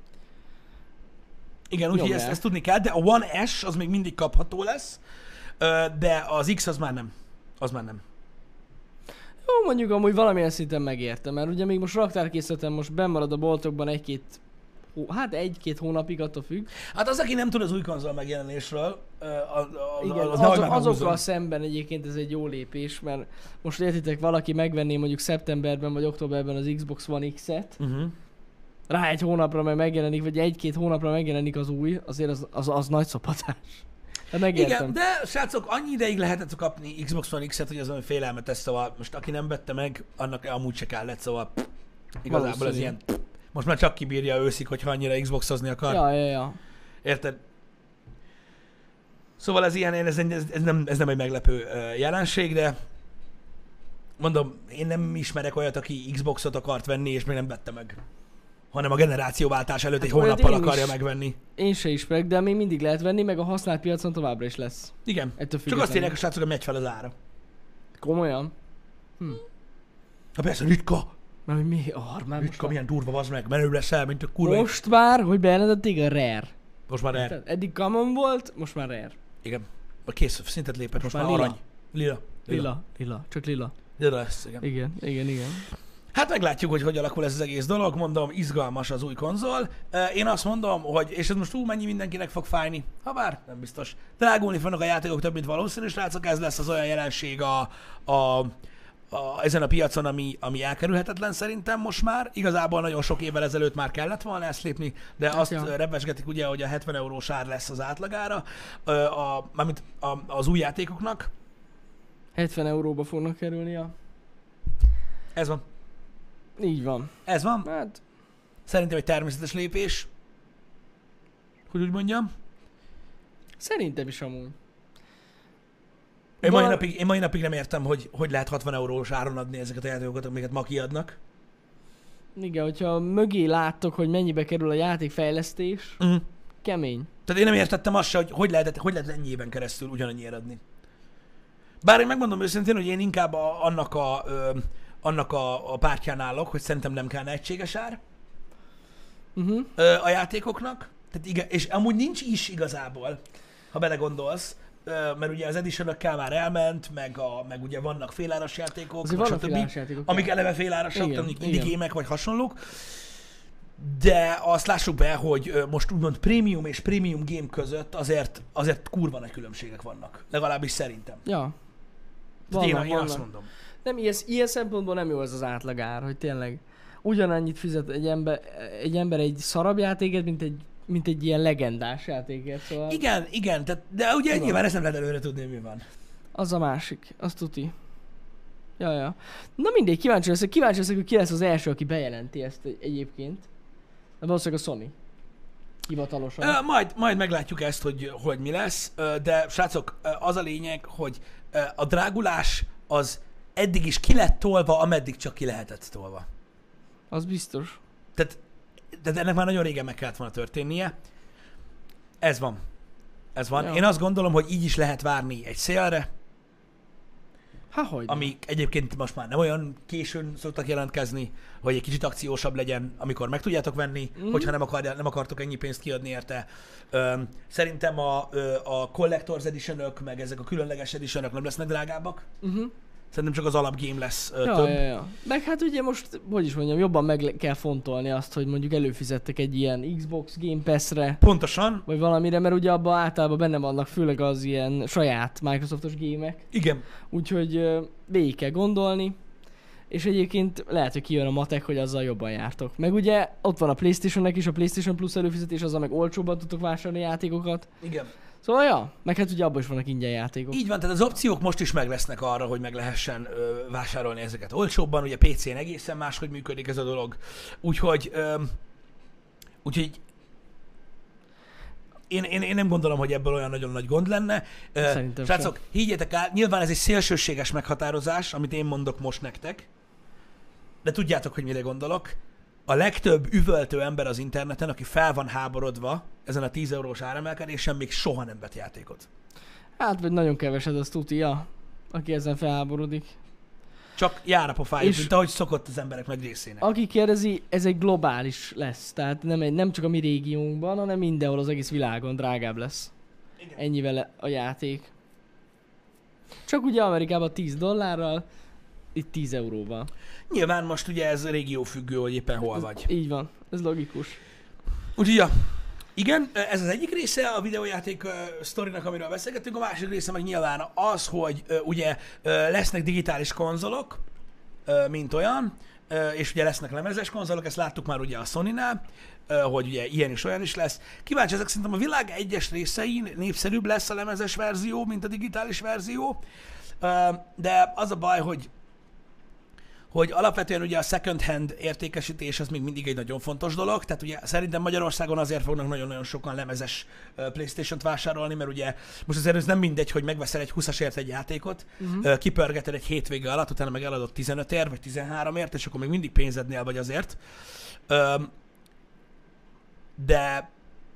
Igen, úgyhogy Nyomják. ezt, ezt tudni kell, de a One S az még mindig kapható lesz, ö, de az X az már nem. Az már nem. Jó, mondjuk amúgy valamilyen szinten megérte, mert ugye még most raktárkészletem most benn marad a boltokban egy-két, hó- hát egy-két hónapig, attól függ. Hát az, aki nem tud az új konzol megjelenésről, ö, a, a, Igen, a, az, a, az, a, azokkal szemben egyébként ez egy jó lépés, mert most értitek, valaki megvenné mondjuk szeptemberben vagy októberben az Xbox One X-et, uh-huh. rá egy hónapra meg megjelenik, vagy egy-két hónapra megjelenik az új, azért az, az, az nagy szopatás. Hát megértem. Igen, de srácok, annyi ideig lehetett kapni Xbox One X-et, hogy az olyan félelmetes, szóval most aki nem vette meg, annak amúgy se kellett, szóval pff, igazából ez Valószínű. ilyen, pff, most már csak kibírja őszik, hogyha annyira Xboxozni akar. Ja, ja, ja. Érted? Szóval ez ilyen, ez, ez, ez, nem, ez nem egy meglepő ö, jelenség, de mondom, én nem ismerek olyat, aki Xboxot akart venni, és még nem vette meg. Hanem a generációváltás előtt egy Hát olyat hónappal én akarja is. megvenni. Én se ismerek, de még mindig lehet venni, meg a használt piacon továbbra is lesz. Igen. Ettől Csak azt függetlenül. írják a srácok, hogy megy fel az ára. Komolyan? Ha persze, ritka. Mert hogy mi? Ar, már most, Ritka, milyen durva, az meg. Menő leszel, mint a kurva. Most, most már, hogy bejelentették a Rare. most már erre. Tehát eddig Common volt, most már Rare. Igen. A kész szintet lépett, most, már már lila. arany. Lila. Lila, lila, csak lila. Lila lesz, igen. Igen, igen, igen. Hát meglátjuk, hogy hogy alakul ez az egész dolog. Mondom, izgalmas az új konzol. Uh, Én azt mondom, hogy, és ez most túl mennyi mindenkinek fog fájni, ha bár nem biztos. Drágulni fognak a játékok több, mint valószínű, srácok, ez lesz az olyan jelenség a, a, a, ezen a piacon, ami, ami elkerülhetetlen szerintem most már. Igazából nagyon sok évvel ezelőtt már kellett volna ezt lépni, de azt ja. repesgetik ugye, hogy a hetven eurós ár lesz az átlagára, a, a, mármint a, az új játékoknak. hetven euróba fognak kerülni a... Ez van. Így van. Ez van. Hát, Szerintem egy természetes lépés. Hogy úgy mondjam. szerintem is amúgy. Én mai, Val- napig, én mai napig nem értem, hogy hogy lehet hatvan eurós áron adni ezeket a játékokat, amiket ma kiadnak. Igen, hogyha mögé láttok, hogy mennyibe kerül a játékfejlesztés, Uh-huh. kemény. Tehát én nem értettem azt se, hogy hogy lehetett, hogy lehet ennyi éven keresztül ugyanannyiért adni. Bár én megmondom őszintén, hogy én inkább a, annak, a, ö, annak a, a pártján állok, hogy szerintem nem kellene egységes ár Uh-huh. ö, a játékoknak. Tehát igen, és amúgy nincs is igazából, ha belegondolsz, ö, mert ugye az editionökkel már elment, meg, a, meg ugye vannak féláras játékok, Azért meg vannak stb., féláras játékok. amik eleve félárasak, Igen, amik igen. indie gémek vagy hasonlók. De azt lássuk be, hogy ö, most úgymond prémium és prémium game között azért, azért kurva nagy különbségek vannak. Legalábbis szerintem. Ja. Tehát én, Vannak, én azt vannak. mondom. Nem, ilyen, ilyen szempontból nem jó ez az átlagár, hogy tényleg ugyanannyit fizet egy ember egy, ember egy szarabb játéket, mint egy, mint egy ilyen legendás játéket, szóval Igen, igen, tehát, de ugye Tudom. nyilván ezt nem lehet előre tudni, hogy mi van. az a másik, azt tuti. Ja, ja. Na mindegy, kíváncsi leszek, kíváncsi leszek, hogy ki lesz az első, aki bejelenti ezt egy- egyébként. De valószínűleg a Sony. Hivatalosan. Ö, majd, majd meglátjuk ezt, hogy, hogy mi lesz, Ö, de srácok, ö, az a lényeg, hogy ö, a drágulás az eddig is ki lett tolva, ameddig csak ki lehetett tolva. Az biztos. Tehát, tehát ennek már nagyon régen meg kellett volna történnie. Ez van. Ez van. Ja. Én azt gondolom, hogy így is lehet várni egy szélre, Há, hogy? amik egyébként most már nem olyan későn szoktak jelentkezni, hogy egy kicsit akciósabb legyen, amikor meg tudjátok venni, Mm. hogyha nem, akar, nem akartok ennyi pénzt kiadni érte. Öm, szerintem a, ö, a Collector's Edition-ök, meg ezek a különleges edition nem lesznek drágábbak. Uh-huh. Szerintem csak az alapgame lesz ö, Ja, több. ja, ja. Meg hát ugye most, hogy is mondjam, jobban meg le- kell fontolni azt, hogy mondjuk előfizettek egy ilyen Xbox Game Pass-re, Pontosan. vagy valamire, mert ugye abban általában benne vannak főleg az ilyen saját Microsoftos gémek, Igen. úgyhogy ö, végig kell gondolni, és egyébként lehet, hogy kijön a matek, hogy azzal jobban jártok. Meg ugye ott van a PlayStation-nek is, a PlayStation Plus előfizetés, azzal meg olcsóbban tudtok vásárolni játékokat. Igen. Szóval ja, meg hát ugye abban is vannak ingyen játékok. Így van, tehát az opciók most is meg lesznek arra, hogy meg lehessen ö, vásárolni ezeket olcsóbban. Ugye pé cén egészen máshogy működik ez a dolog. Úgyhogy, ö, úgyhogy én, én, én nem gondolom, hogy ebből olyan nagyon nagy gond lenne. Ö, Szerintem Srácok, higgyétek el, nyilván ez egy szélsőséges meghatározás, amit én mondok most nektek, de tudjátok, hogy mire gondolok. A legtöbb üvöltő ember az interneten, aki fel van háborodva ezen a tíz eurós áremelkedésen, még soha nem vett játékot. Hát vagy nagyon keveset, az tuti, ja. aki ezen felháborodik. Csak jár a pofájuk, És- mint ahogy szokott az emberek nagy részének. Aki kérdezi, ez egy globális lesz. Tehát nem, egy, nem csak a mi régiónkban, hanem mindenhol az egész világon drágább lesz. Igen. Ennyivel a játék. Csak ugye Amerikában tíz dollárral, itt tíz euróval. Nyilván most ugye ez régiófüggő, hogy éppen hol vagy. Így van, ez logikus. Úgyhogy ja, igen, ez az egyik része a videójáték uh, sztorinak, amiről beszélgettünk, a másik része meg nyilván az, hogy uh, ugye uh, lesznek digitális konzolok, uh, mint olyan, uh, és ugye lesznek lemezes konzolok, ezt láttuk már ugye a Sony-nál, uh, hogy ugye ilyen is olyan is lesz. Kíváncsi ezek, szerintem a világ egyes részein népszerűbb lesz a lemezes verzió, mint a digitális verzió, uh, de az a baj, hogy hogy alapvetően ugye a second hand értékesítés az még mindig egy nagyon fontos dolog, tehát ugye szerintem Magyarországon azért fognak nagyon-nagyon sokan lemezes uh, PlayStation-t vásárolni, mert ugye most azért ez nem mindegy, hogy megveszel egy húszasért egy játékot, Uh-huh. uh, kipörgeted egy hétvége alatt, utána meg eladod tizenötért vagy tizenháromért, és akkor még mindig pénzednél vagy azért. Um, de...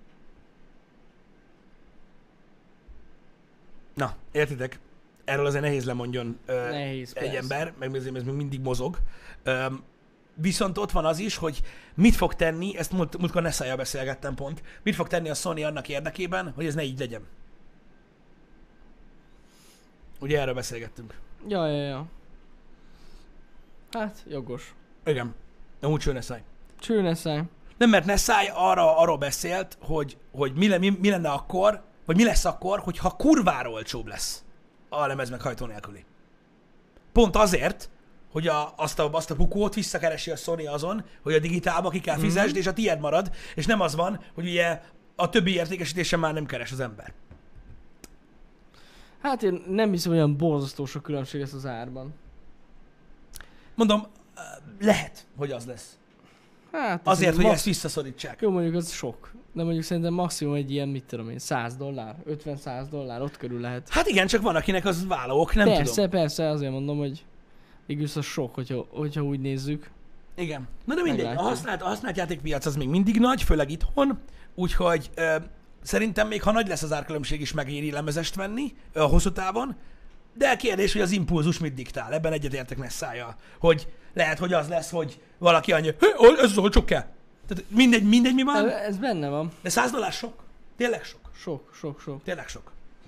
Na, értitek? Erről azért nehéz lemondjon uh, Nehéz, egy persze. ember, meg azért ez még mindig mozog. Um, viszont ott van az is, hogy mit fog tenni, ezt múlt, múltkor Nessájjal beszélgettem pont, mit fog tenni a Sony annak érdekében, hogy ez ne így legyen. Ugye erről beszélgettünk. Ja, ja, ja. Hát, jogos. Igen. Amúgy cső Nessai. Csőne száj. Nem, mert Nessai arra, arról beszélt, hogy, hogy mi, le, mi, mi lenne akkor, vagy mi lesz akkor, hogyha kurvára olcsóbb lesz a lemez meghajtó nélküli. Pont azért, hogy a, azt, a, azt a bukót visszakeresi a Sony azon, hogy a digitálba ki kell fizesd, mm-hmm. és a tiéd marad, és nem az van, hogy ugye a többi értékesítésen már nem keres az ember. Hát én nem hiszem, hogy olyan borzasztó sok különbség lesz az árban. Mondom, lehet, hogy az lesz. Hát Azért, hogy max- ezt visszaszorítsák. Jó, mondjuk az sok. De mondjuk szerintem maximum egy ilyen, mit tudom én, száz dollár, ötven-száz dollár, ott körül lehet. Hát igen, csak van, akinek az vállalók, nem persze, tudom. persze, azért mondom, hogy végülis az sok, hogyha, hogyha úgy nézzük. Igen. Na de mindegy, a Meglátjuk. használt, a használt játékpiac az még mindig nagy, főleg itthon, úgyhogy ö, szerintem még ha nagy lesz az árkülönbség is megéri lemezest venni ö, hosszú távon, de kérdés, hogy az impulzus mit diktál, ebben egyetértek Nessájjal, hogy lehet, hogy az lesz, hogy valaki annyi, "Hé, ez az olcsó kell. Tehát mindegy, mindegy mi van, Ez benne van. de száz dollár sok. Tényleg sok. Sok, sok, sok. Tényleg sok.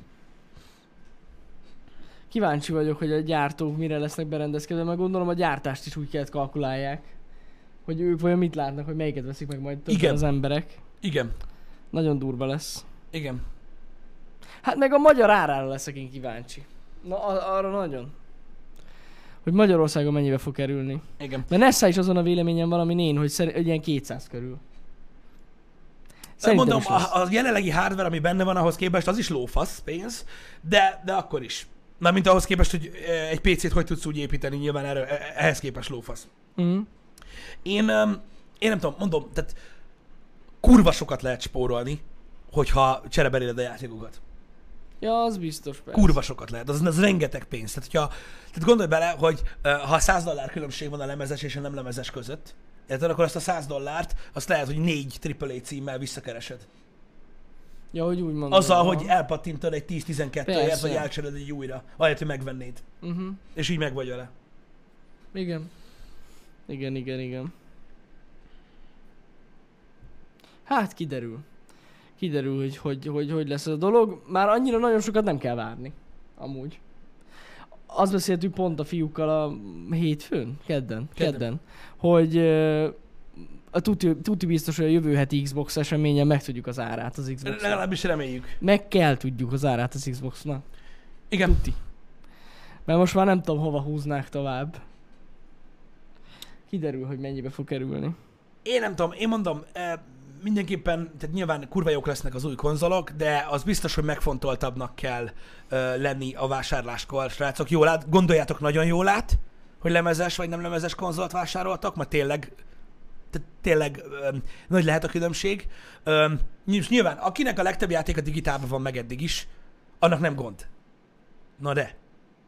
Kíváncsi vagyok, hogy a gyártók mire lesznek berendezkedve, mert gondolom a gyártást is úgy kellett kalkulálják, hogy ők vajon mit látnak, hogy melyiket veszik meg majd többen Igen. az emberek. Igen. Nagyon durva lesz. Igen. Hát meg a magyar árára leszek én kíváncsi. Na a- arra nagyon. Hogy Magyarországon mennyibe fog kerülni. Igen. Mert Nessa is azon a véleményen van, ami én, hogy szer- egy ilyen kétszáz körül. Mondom, is lesz. a, a jelenlegi hardware, ami benne van, ahhoz képest, az is lófasz pénz, de, de akkor is. Mármint ahhoz képest, hogy eh, egy pé cét hogy tudsz úgy építeni, nyilván erő, ehhez képest lófasz. Mhm. Én, um, én nem tudom, mondom, tehát kurva sokat lehet spórolni, hogyha csereberéled a játékokat. Ja, az biztos persze. Kurva sokat lehet, az, az rengeteg pénz. Tehát, hogyha, tehát gondolj bele, hogy uh, ha száz dollár különbség van a lemezes és a nem lemezes között, érted, akkor azt a száz dollárt, azt lehet, hogy négy á á címmel visszakeresed. Ja, hogy úgy mondom. Azzal, aha. hogy elpattintod egy tíz-tizenkettőért, Persze. vagy elcseréled egy újra, ahelyett, hogy megvennéd. Uh-huh. És így meg vagy vele. Igen. Igen, igen, igen. Hát kiderül. Kiderül, hogy hogy, hogy hogy lesz ez a dolog. Már annyira nagyon sokat nem kell várni. Amúgy. Azt beszéltük pont a fiúkkal a hétfőn? Kedden? Kedden. Kedden. Hogy ö, a tuti, tuti biztos, hogy a jövő heti Xbox eseményen megtudjuk az árát az Xbox-nak. Legalábbis reméljük. Meg kell tudjuk az árát az Xbox-nak. Igen. Tuti. Mert most már nem tudom, hova húznák tovább. Kiderül, hogy mennyibe fog kerülni. Én nem tudom, én mondom, eh, mindenképpen, tehát nyilván kurva jók lesznek az új konzolok, de az biztos, hogy megfontoltabbnak kell eh, lenni a vásárláskor, srácok. Jól át, gondoljátok, nagyon jól át, hogy lemezes vagy nem lemezes konzolt vásároltak, mert tényleg, tehát tényleg eh, nagy lehet a különbség. Eh, nyilván, akinek a legtöbb játék a digitálban van meg eddig is, annak nem gond. Na de,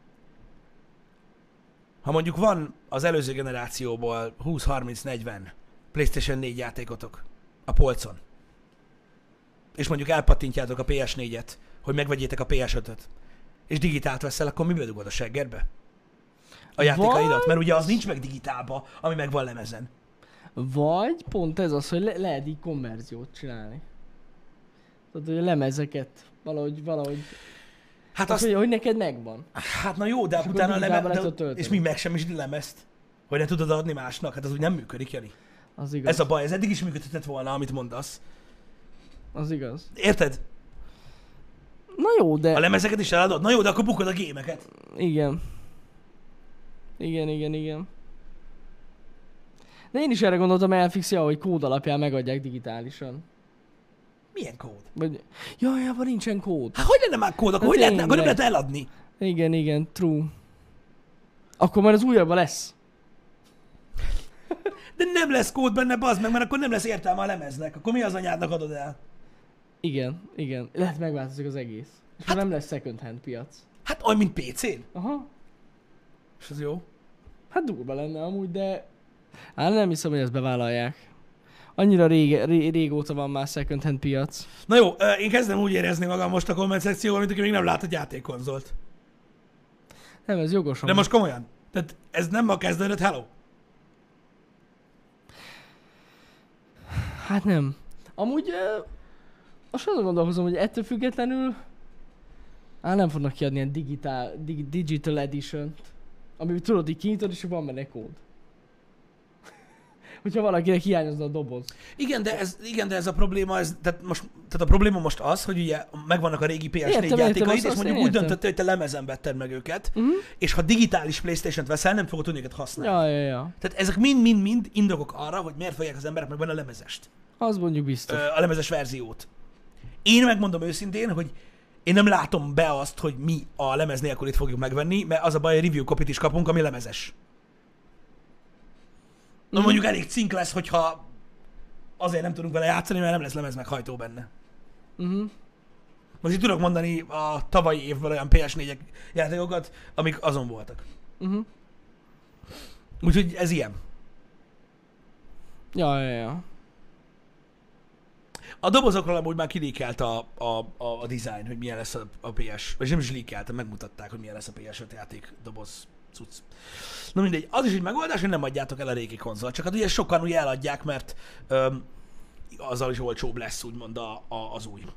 ha mondjuk van az előző generációból húsz harminc negyven PlayStation négy játékotok a polcon, és mondjuk elpattintjátok a pé es négyet, hogy megvegyétek a pé es ötöt, és digitált veszel, akkor mibe dugod a seggerbe? A játékaidat? Vagy- Mert ugye az nincs meg digitálba, ami meg van lemezen. Vagy pont ez az, hogy le- lehet így konverziót csinálni. Tudod, hogy a lemezeket valahogy, valahogy, Hát azt... azt, hogy, hogy neked megvan. hát na jó, de akkor utána a digitálba le leme... tudod de... tölteni. És mi megsemmisíti lemezt? Hogy ne tudod adni másnak? Hát az úgy nem működik, Jani. Az igaz. Ez a baj, ez eddig is működhetett volna, amit mondasz. Az igaz. Érted? Na jó, de... A lemezeket is eladod? Na jó, de akkor bukod a gémeket. Igen. Igen, igen, igen. De én is erre gondoltam, elfixi, hogy kód alapján megadják digitálisan. Milyen kód? Vagy... Jaj, abban nincsen kód. Hát hogy lenne már kód? Akkor Hát hogy lehetne? Akkor nem tényleg. lehet eladni. Igen, igen, true. Akkor már az újabban lesz. De nem lesz kód benne, bazd meg, mert akkor nem lesz értelme a lemeznek. Akkor mi az anyádnak adod el? Igen, igen. Lehet megváltozik az egész. És hát... nem lesz second hand piac. Hát olyan, mint pé cén. Aha. És az jó. Hát durva lenne amúgy, de... Hát nem hiszem, hogy ezt bevállalják. Annyira rége, ré, régóta van már second hand piac. Na jó, ö, én kezdem úgy érezni magam most a komment szekcióban, mint aki még nem látott játékkonzolt. Nem, ez jogos. De amúgy. most komolyan. Tehát ez nem ma kezdődött, hello? Hát nem. Amúgy... Uh, most azon gondolkozom, hogy ettől függetlenül... Á, nem fognak kiadni ilyen digitál, dig, digital edition-t. Ami tudod, így kinyitod, és van benne kód. Hogyha valakinek hiányozna a doboz. Igen, de ez, igen, de ez a probléma, ez, tehát, most, tehát a probléma most az, hogy ugye megvannak a régi pé es négy Értem, értem, játékaid, azt- és azt mondjuk én úgy értem. döntöttél, hogy te lemezen vetted meg őket, Uh-huh. és ha digitális PlayStation-t veszel, nem fogod tudni őket használni. Ja, ja, ja. Tehát ezek mind-mind-mind indokok arra, hogy miért fogják az emberek meg benne a lemezest. Az mondjuk biztos. Ö, a lemezes verziót. Én megmondom őszintén, hogy én nem látom be azt, hogy mi a lemez nélkül itt fogjuk megvenni, mert az a baj, hogy review copyt is kapunk, ami lemezes. Na Mhm. mondjuk elég cink lesz, hogyha azért nem tudunk vele játszani, mert nem lesz lemez meghajtó benne. Uh-huh. Most itt tudok mondani a tavalyi évben olyan pé es négyes játékokat, amik azon voltak. Uh-huh. Úgyhogy ez ilyen. Ja, ja, ja. A dobozokról amúgy már kilékelt a, a, a, a design, hogy milyen lesz a, a pé es, vagy nem is lékeltem, megmutatták, hogy milyen lesz a pé es öt játék doboz cucc. Na mindegy, az is egy megoldás, hogy nem adjátok el a régi konzolt, csak hát ugye sokan ugye eladják, mert öm, azzal is olcsóbb lesz úgymond a, a, az új.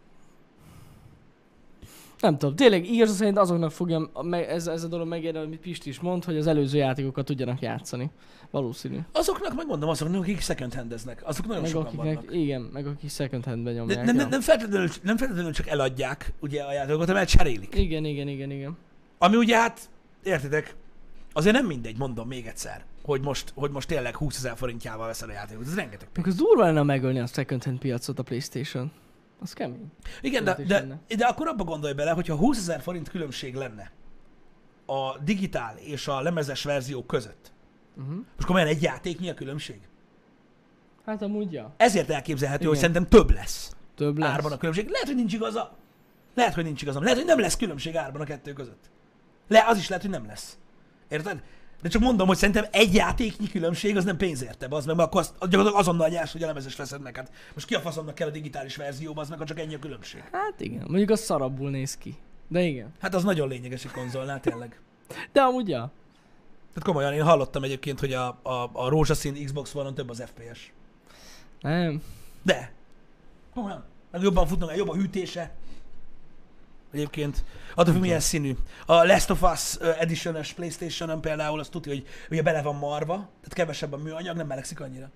Nem tudom, tényleg igaz szerint azoknak fogja a- me- ez, ez a dolog megérni, amit Pisti is mond, hogy az előző játékokat tudjanak játszani. Valószínű. Azoknak megmondom, azoknak, akik second handeznek, azok nagyon Meg sokan akiknek, vannak. igen, meg akik second handben De nyomják. nem, ja. nem, nem, feltétlenül, nem feltétlenül csak eladják ugye a játékokat, hanem cserélik. Igen, igen, igen, igen. Ami ugye hát, értitek, azért nem mindegy, mondom még egyszer, hogy most, hogy most tényleg húszezer forintjával veszel a játékot, ez rengeteg pénz. Még az durva lenne megölni a second hand piacot a PlayStation. Az kemény. Igen, de, is de, lenne. de akkor abba gondolj bele, hogyha húszezer forint különbség lenne a digitál és a lemezes verzió között, Uh-huh. most komolyan egy játéknyi a különbség? Hát amúgy ja. Ezért elképzelhető, Igen. hogy szerintem több lesz Több lesz. árban a különbség. Lehet, hogy nincs igaza. Lehet, hogy nincs igazam. Lehet, hogy nem lesz különbség árban a kettő között. Le, az is lehet, hogy nem lesz. Érted? De csak mondom, hogy szerintem egy játéknyi különbség az nem pénzérte, az meg, mert akkor azt, gyakorlatilag azonnal nyersz, hogy a lemezes veszed meg. Hát most ki a faszomnak kell a digitális verzióba, az meg, ha csak ennyi a különbség. Hát igen, mondjuk az szarabbul néz ki. De igen. Hát az nagyon lényeges egy konzolnál, tényleg. De amúgy ja. Tehát komolyan, én hallottam egyébként, hogy a, a, a rózsaszín Xbox One-on több az ef pé es. Nem. De. Komolyan. Meg jobban futnak, jobb a hűtése. Egyébként. Attól függ, milyen színű. A Last of Us Edition-es PlayStation-on például azt tudja, hogy ugye bele van marva, tehát kevesebb a műanyag, nem melegszik annyira.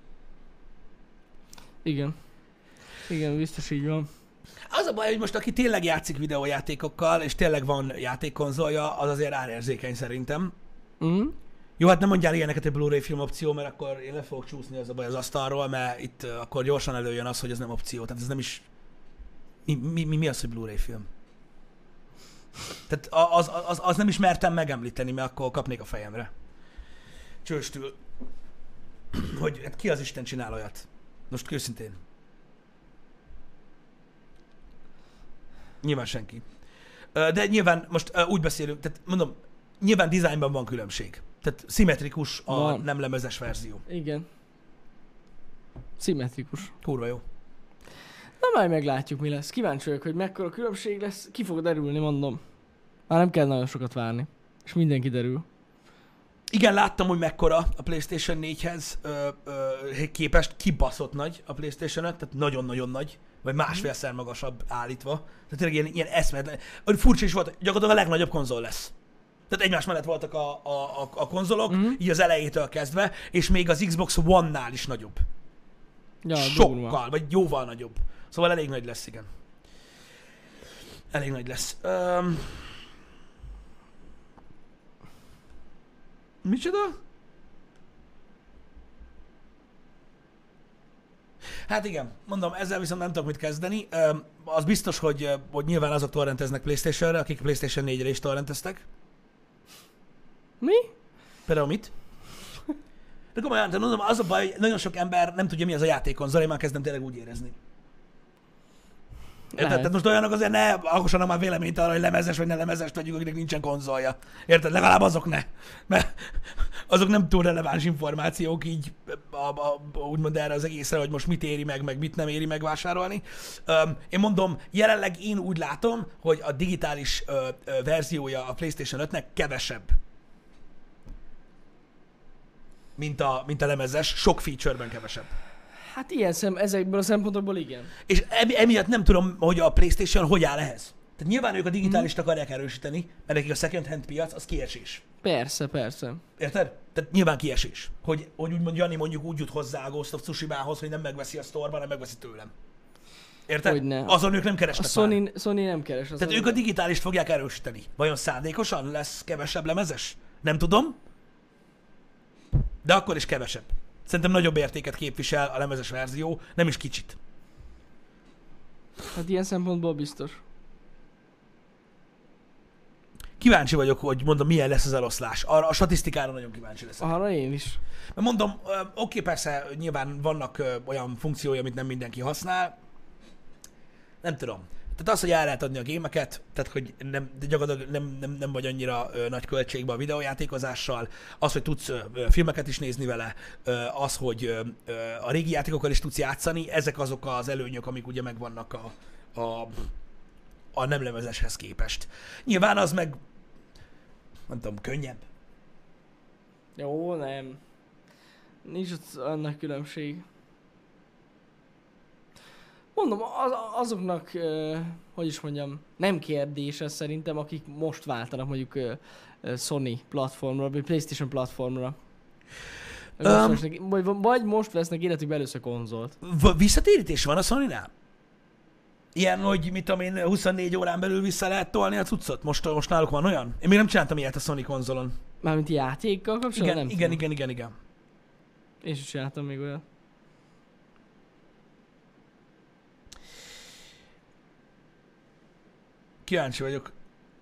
Igen. Igen, biztos így van. Az a baj, hogy most aki tényleg játszik videójátékokkal, és tényleg van játékkonzolja, az azért árérzékeny szerintem. Uh-huh. Jó, hát nem mondjál ilyeneket egy Blu-ray film opció, mert akkor én le fogok csúszni az a baj az asztalról, mert itt uh, akkor gyorsan előjön az, hogy ez nem opció. Tehát ez nem is... Mi, mi, mi, mi az, hogy Blu-ray film? Tehát az, az, az nem is mertem megemlíteni, mert akkor kapnék a fejemre. Csőstül. Hogy hát ki az Isten csinál olyat? Most őszintén. Nyilván senki. Ö, De nyilván most ö, úgy beszélünk, tehát mondom, nyilván dizájnban van különbség. Tehát szimmetrikus a Van. nem lemezes verzió. Igen. Szimmetrikus. Kurva jó. Na majd meglátjuk, mi lesz. Kíváncsi vagyok, hogy mekkora különbség lesz. Ki fog derülni, mondom. Már nem kell nagyon sokat várni. És minden kiderül. Igen, láttam, hogy mekkora a PlayStation négyhez ö, ö, képest, kibaszott nagy a PlayStation öt, tehát nagyon-nagyon nagy, vagy másfélszer magasabb állítva. Tehát tényleg ilyen, ilyen eszméletlen. Furcsa is volt, gyakorlatilag a legnagyobb konzol lesz. Tehát egymás mellett voltak a, a, a, a konzolok, mm-hmm. így az elejétől kezdve, és még az Xbox One-nál is nagyobb. Ja, sokkal, durva. vagy jóval nagyobb. Szóval elég nagy lesz, igen. Elég nagy lesz. Um... Micsoda? Hát igen, mondom, ezzel viszont nem tudok mit kezdeni. Um, az biztos, hogy, hogy nyilván azok torrenteznek PlayStation-re, akik PlayStation négyre is torrenteztek. Mi? Például mit? De komolyan, tehát mondom, az a baj, hogy nagyon sok ember nem tudja, mi az a játékkonzol, én már kezdem tényleg úgy érezni. Érted? Tehát most olyanok azért ne alkossanak már véleményt arra, hogy lemezes vagy ne lemezes vegyük, akiknek nincsen konzolja. Érted? Legalább azok ne. Mert azok nem túl releváns információk így a, a, a, úgymond erre az egészre, hogy most mit éri meg, meg mit nem éri meg vásárolni. Um, én mondom, jelenleg én úgy látom, hogy a digitális uh, uh, verziója a PlayStation ötnek kevesebb, mint a, mint a lemezes, sok feature-ben kevesebb. Hát ilyen szem, ezekből a szempontokból igen. És emiatt nem tudom, hogy a PlayStation hogy áll ehhez. Tehát nyilván ők a digitálist hmm. akarják erősíteni, mert nekik a second hand piac az kiesés. Persze, persze. Érted? Tehát nyilván kiesés. Hogy, hogy úgymond Jani mondjuk úgy jut hozzá a Ghost of Tsushimához, hogy nem megveszi a sztorban, hanem megveszi tőlem. Érted? Hogyne. Azon ők nem keresnek A Sony, Sony nem keres. Tehát ők a digitálist fogják erősíteni. Vajon szándékosan lesz kevesebb lemezes? Nem tudom. De akkor is kevesebb. Szerintem nagyobb értéket képvisel a lemezes verzió, nem is kicsit. Hát ilyen szempontból biztos. Kíváncsi vagyok, hogy mondom, milyen lesz az eloszlás. Arra a statisztikára nagyon kíváncsi leszek. Arra én is. Mert mondom, oké, persze nyilván vannak olyan funkciói, amit nem mindenki használ. Nem tudom. Tehát az, hogy el lehet adni a gémeket, tehát hogy nem, de gyakorlatilag nem, nem, nem vagy annyira ö, nagy költségbe a videójátékozással, az, hogy tudsz ö, filmeket is nézni vele, ö, az, hogy ö, ö, a régi játékokkal is tudsz játszani, ezek azok az előnyök, amik ugye megvannak a, a, a nem lemezeshez képest. Nyilván az meg, nem tudom, könnyebb. Jó, nem. Nincs ott annak különbség. Mondom, az, azoknak, uh, hogy is mondjam, nem kérdés ez szerintem, akik most váltanak mondjuk uh, uh, Sony platformra, vagy PlayStation platformra. Um, most vesznek, vagy, vagy most vesznek életükbe először konzolt. V- visszatérítés van a Sonynál? Ilyen, hogy mit tudom én, huszonnégy órán belül vissza lehet tolni a cuccot? Most, most náluk van olyan? Én még nem csináltam ilyet a Sony konzolon. Mármint játékkal kapcsolatban? Igen, nem igen, tudom. igen, igen, igen. Én is csináltam még olyat. Kíváncsi vagyok.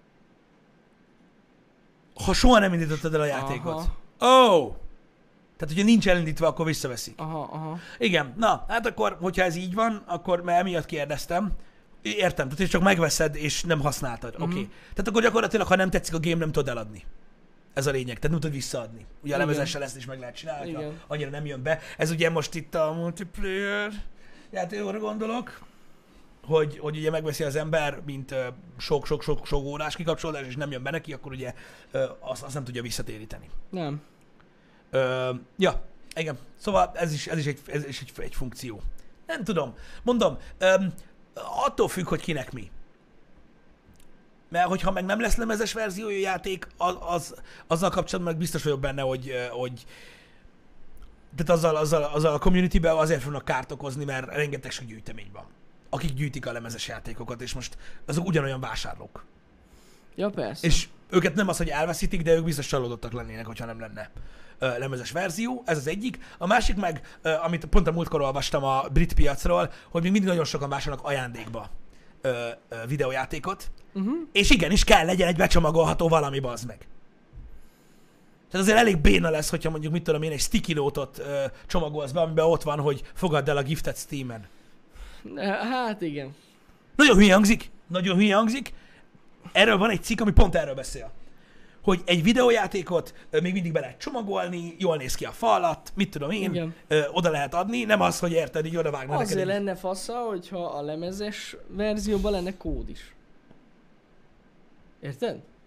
Ha soha nem indítottad el a játékot. Ó! Oh! Tehát, hogyha nincs elindítva, akkor visszaveszik. Aha, aha. Igen. Na, hát akkor, hogyha ez így van, akkor mert emiatt kérdeztem. Értem, tehát és csak megveszed, és nem használtad. Mm-hmm. Oké. Okay. Tehát akkor gyakorlatilag, ha nem tetszik a game, nem tudod eladni. Ez a lényeg, tehát nem tudod visszaadni. Ugye a lemezessel ezt is meg lehet csinálni, ha annyira nem jön be. Ez ugye most itt a multiplayer játékokra gondolok. Hogy, hogy ugye megveszi az ember, mint sok-sok-sok uh, órás kikapcsolódás, és nem jön be neki, akkor ugye uh, azt, azt nem tudja visszatéríteni. Nem. Uh, ja, igen. Szóval ez is, ez is, egy, ez is egy, egy funkció. Nem tudom. Mondom, um, attól függ, hogy kinek mi. Mert hogyha meg nem lesz lemezes verziója játék, az, az, azzal kapcsolatban meg biztos vagyok benne, hogy, hogy tehát azzal, azzal, azzal a community-ben azért fognak kárt okozni, mert rengeteg sok gyűjtemény van. Akik gyűjtik a lemezes játékokat, és most azok ugyanolyan vásárlók. Ja, persze. És őket nem az, hogy elveszítik, de ők biztos csalódottak lennének, hogyha nem lenne uh, lemezes verzió. Ez az egyik. A másik meg, uh, amit pont a múltkor olvastam a brit piacról, hogy még mindig nagyon sokan vásárolnak ajándékba uh, uh, videójátékot. Uh-huh. És igenis kell legyen egy becsomagolható valami, bazd meg. Tehát azért elég béna lesz, hogyha mondjuk, mit tudom én, egy sticky note-ot uh, csomagolsz be, amiben ott van, hogy fogadd el a giftet Steamen. Hát igen. Nagyon hülye hangzik, nagyon hülye hangzik. Erről van egy cikk, ami pont erről beszél. Hogy egy videójátékot ö, még mindig be lehet csomagolni, jól néz ki a fa alatt, mit tudom én, ö, oda lehet adni, nem az, hogy érted, így odavágnak neked. Azért lenne fasza, hogyha a lemezes verzióban lenne kód is. Érted?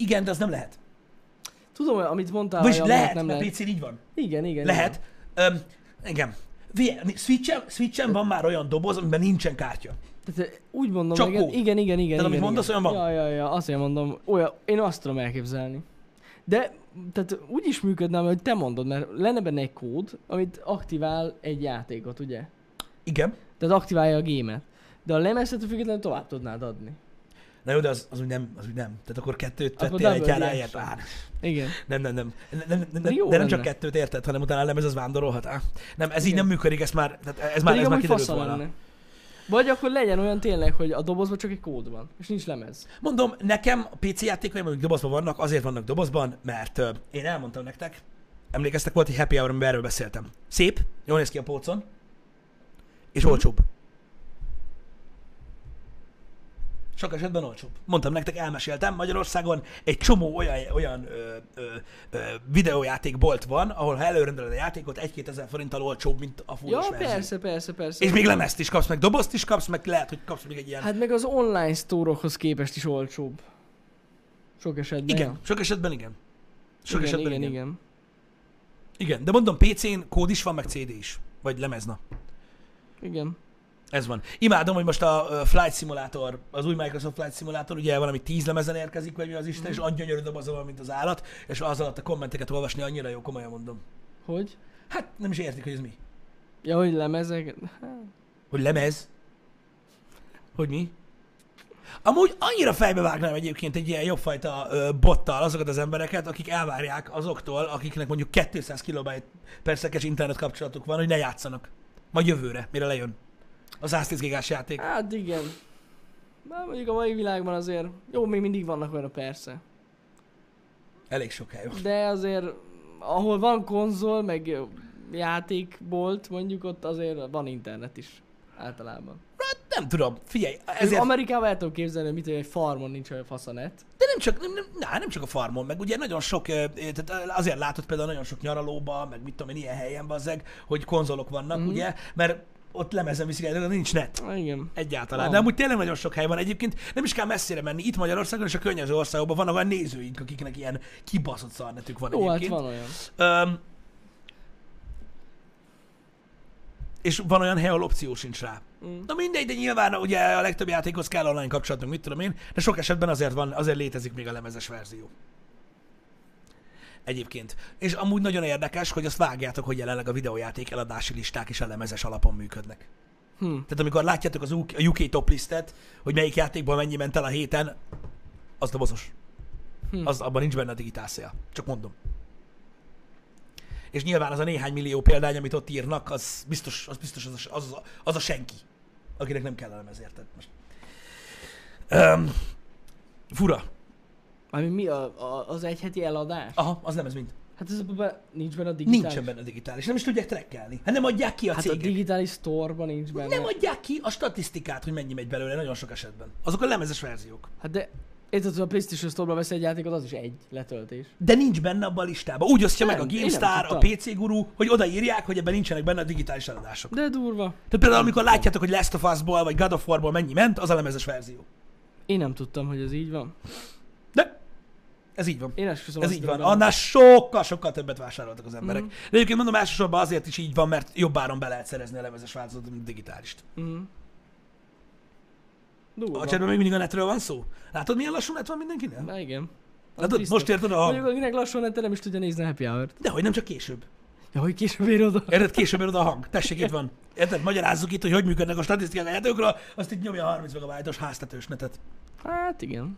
Igen, de az nem lehet. Tudom, amit mondtál, Vagyis hogy lehet, nem mert lehet. pé cén így van. Igen, igen. Lehet. Öm, igen. Switchen, Switchen van már olyan doboz, amiben nincsen kártya. Igen. Tehát úgy mondom Csak neked, kód. igen, igen, igen. Tehát, amit igen, mondasz, igen. olyan van? Ja, ja, ja, azért mondom, olyan, én azt tudom elképzelni. De tehát úgy is működne, hogy te mondod, mert lenne benne egy kód, amit aktivál egy játékot, ugye? Igen. Tehát aktiválja a gémet. De a lemezet függetlenül tovább tudnád adni. Na jó, de az, az, úgy nem, az úgy nem. Tehát akkor kettőt Akkor tettél egy double járáért. reaction. Á, Igen. nem, nem, nem. nem, nem, nem, nem jó de nem csak lenne. kettőt érted, hanem utána a lemez az vándorolhat. Á. Nem, ez így Igen. nem működik, ez már, tehát ez már, Pedig ez már amúgy kiderült fasza volna. lenne. Vagy akkor legyen olyan tényleg, hogy a dobozban csak egy kód van, és nincs lemez. Mondom, nekem a pé cé játékaim, amik dobozban vannak, azért vannak dobozban, mert uh, én elmondtam nektek, emlékeztek, volt egy happy hour, amiben erről beszéltem. Szép, jól néz ki a polcon, és olcsóbb. Sok esetben olcsóbb. Mondtam nektek, elmeséltem, Magyarországon egy csomó olyan, olyan ö, ö, ö, videójátékbolt van, ahol ha előrendeled a játékot, egy-két ezer forinttal olcsóbb, mint a fullos Ja, verzió. persze, persze, persze. És még lemezt is kapsz, meg dobozt is kapsz, meg lehet, hogy kapsz még egy ilyen... Hát meg az online sztórokhoz képest is olcsóbb. Sok esetben. igen, ja. sok esetben igen. Sok igen, esetben igen, igen. igen. Igen, de mondom, pé cén kód is van, meg cé dé is. Vagy lemezna. Igen. Ez van. Imádom, hogy most a uh, Flight Simulator, az új Microsoft Flight Simulator, ugye valami tíz lemezen érkezik, vagy mi az Isten, mm. és annyi gyönyörű doboza van, mint az állat, és az alatt a kommenteket olvasni annyira jó, komolyan mondom. Hogy? Hát nem is értik, hogy ez mi. Ja, hogy lemezek? Hát. Hogy lemez? Hogy mi? Amúgy annyira fejbe vágnám egyébként egy ilyen jobbfajta ö, bottal azokat az embereket, akik elvárják azoktól, akiknek mondjuk kétszáz kilobájt per szekes internet kapcsolatuk van, hogy ne játszanak. Majd jövőre, mire lejön a száz tíz gigás játék. Hát igen. Már mondjuk a mai világban azért, jó, még mindig vannak olyan, persze. Elég sok hely van. De azért, ahol van konzol, meg játékbolt, mondjuk ott azért van internet is. Általában. Hát nem tudom, figyelj, Ezért... ezért... Amerikában el tudom képzelni, hogy mit, hogy egy farmon nincs olyan faszanet. De nem csak, nem, nem, na, nem csak a farmon, meg ugye nagyon sok, ö, tehát azért látod például nagyon sok nyaralóba, meg mit tudom én, ilyen helyen bazzeg, hogy konzolok vannak, Mhm. mm. ugye, mert ott lemezen viszik el, de nincs net. Ah, igen. Egyáltalán. Van. De amúgy tényleg nagyon sok hely van egyébként, nem is kell messzire menni. Itt Magyarországon és a környező országokban vannak olyan nézőink, akiknek ilyen kibaszott szarnetük van Jó, hát egyébként. van olyan. Öm, és van olyan hely, ahol opció sincs rá. Mm. Na mindegy, de nyilván ugye a legtöbb játékhoz kell online kapcsolatunk, mit tudom én, de sok esetben azért van, azért létezik még a lemezes verzió. Egyébként. És amúgy nagyon érdekes, hogy azt vágjátok, hogy jelenleg a videójáték eladási listák is a lemezes alapon működnek. Hm. Tehát amikor látjátok az u ká top listet, hogy melyik játékból mennyi ment el a héten, az dobozos. Hm. Az, abban nincs benne a digitál szél. Csak mondom. És nyilván az a néhány millió példány, amit ott írnak, az biztos az, biztos az, a, az, a, az a senki, akinek nem kell elem, érted most. Um, fura. Ami mi a, a, az egyheti eladás? Aha, az nem ez mind. Hát ez be, nincs benne a digitális. Nincsen benne a digitális. Nem is tudják trekkelni. Hát nem adják ki a Hát cégek. a digitális store-ban nincs benne. Nem adják ki a statisztikát, hogy mennyi megy belőle nagyon sok esetben. Azok a lemezes verziók. Hát de érted, hogy a PlayStation Store-ban veszel egy játékot, az is egy letöltés. De nincs benne abban a listában. Úgy osztja Nem, meg a én nem GameStar, a tudtam. pé cé Guru, hogy odaírják, hogy ebben nincsenek benne a digitális eladások. De durva. Tehát például amikor látjátok, hogy Last of Us-ból vagy God of War-ból mennyi ment, az a lemezes verzió. Én nem tudtam, hogy ez így van. De ez így van. Én esküszöm, Ez azt így tudom van. benne. Annál sokkal, sokkal többet vásároltak az emberek. Mhm. De egyébként mondom, elsősorban azért is így van, mert jobb áron be lehet szerezni a lemezes változatot, mint a digitálist. Mhm. Durva. A chatben még mindig a netről van szó? Látod, milyen lassan net van mindenkinek? Na igen. Az Látod, biztos. most érted a Mondjuk, hang. akinek lassan nete nem is tudja nézni a Happy Hour-t. De hogy nem csak később. Ja, hogy később ér oda. Érted, később ér oda a hang. Tessék, itt van. Érted, magyarázzuk itt, hogy hogy működnek a statisztikák a játékokról, azt itt nyomja a harminc megabájtos háztetős netet. Hát igen.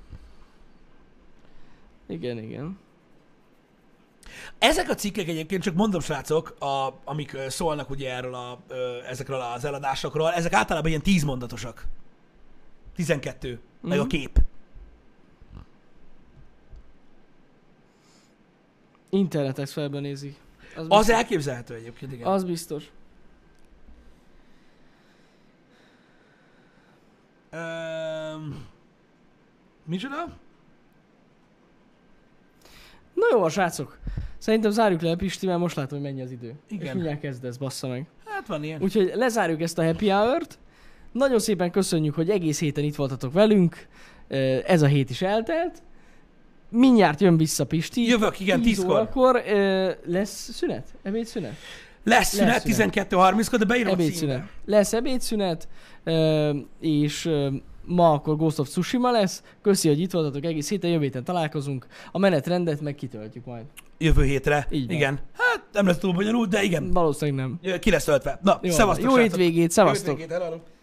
Igen, igen. Ezek a cikkek egyébként, csak mondom srácok, a, amik ö, szólnak ugye erről a, ö, ezekről az eladásokról, ezek általában ilyen tíz mondatosak. tizenkettő, mm-hmm. meg a kép. Internet Expressben nézik. Az Az biztos. elképzelhető egyébként, igen. Az biztos. Um, micsoda? Na jó, a srácok. Szerintem zárjuk le a Pisti, mert most látom, hogy mennyi az idő. Igen. És mindjárt kezdesz, bassza meg. Hát van ilyen. Úgyhogy lezárjuk ezt a Happy Hour-t. Nagyon szépen köszönjük, hogy egész héten itt voltatok velünk. Ez a hét is eltelt. mindjárt jön vissza Pisti. Jövök, igen, tízkor. Akkor ö, lesz szünet? Ebédszünet? Lesz szünet, szünet. tizenkettő harminckor, de beírom a Ebédszünet. címbe. Lesz ebédszünet, ö, és ö, ma akkor Ghost of Tsushima lesz. Köszi, hogy itt voltatok egész héten, jövő héten találkozunk. A menetrendet meg kitöltjük majd. Jövő hétre. Így van. Igen. Hát nem lesz túl bonyolult, de igen. Valószínűleg nem. Ki lesz töltve. Na, Jó, szevasztok, jó srácok. hétvégét, Jó szevasztok! hétvégét, hello.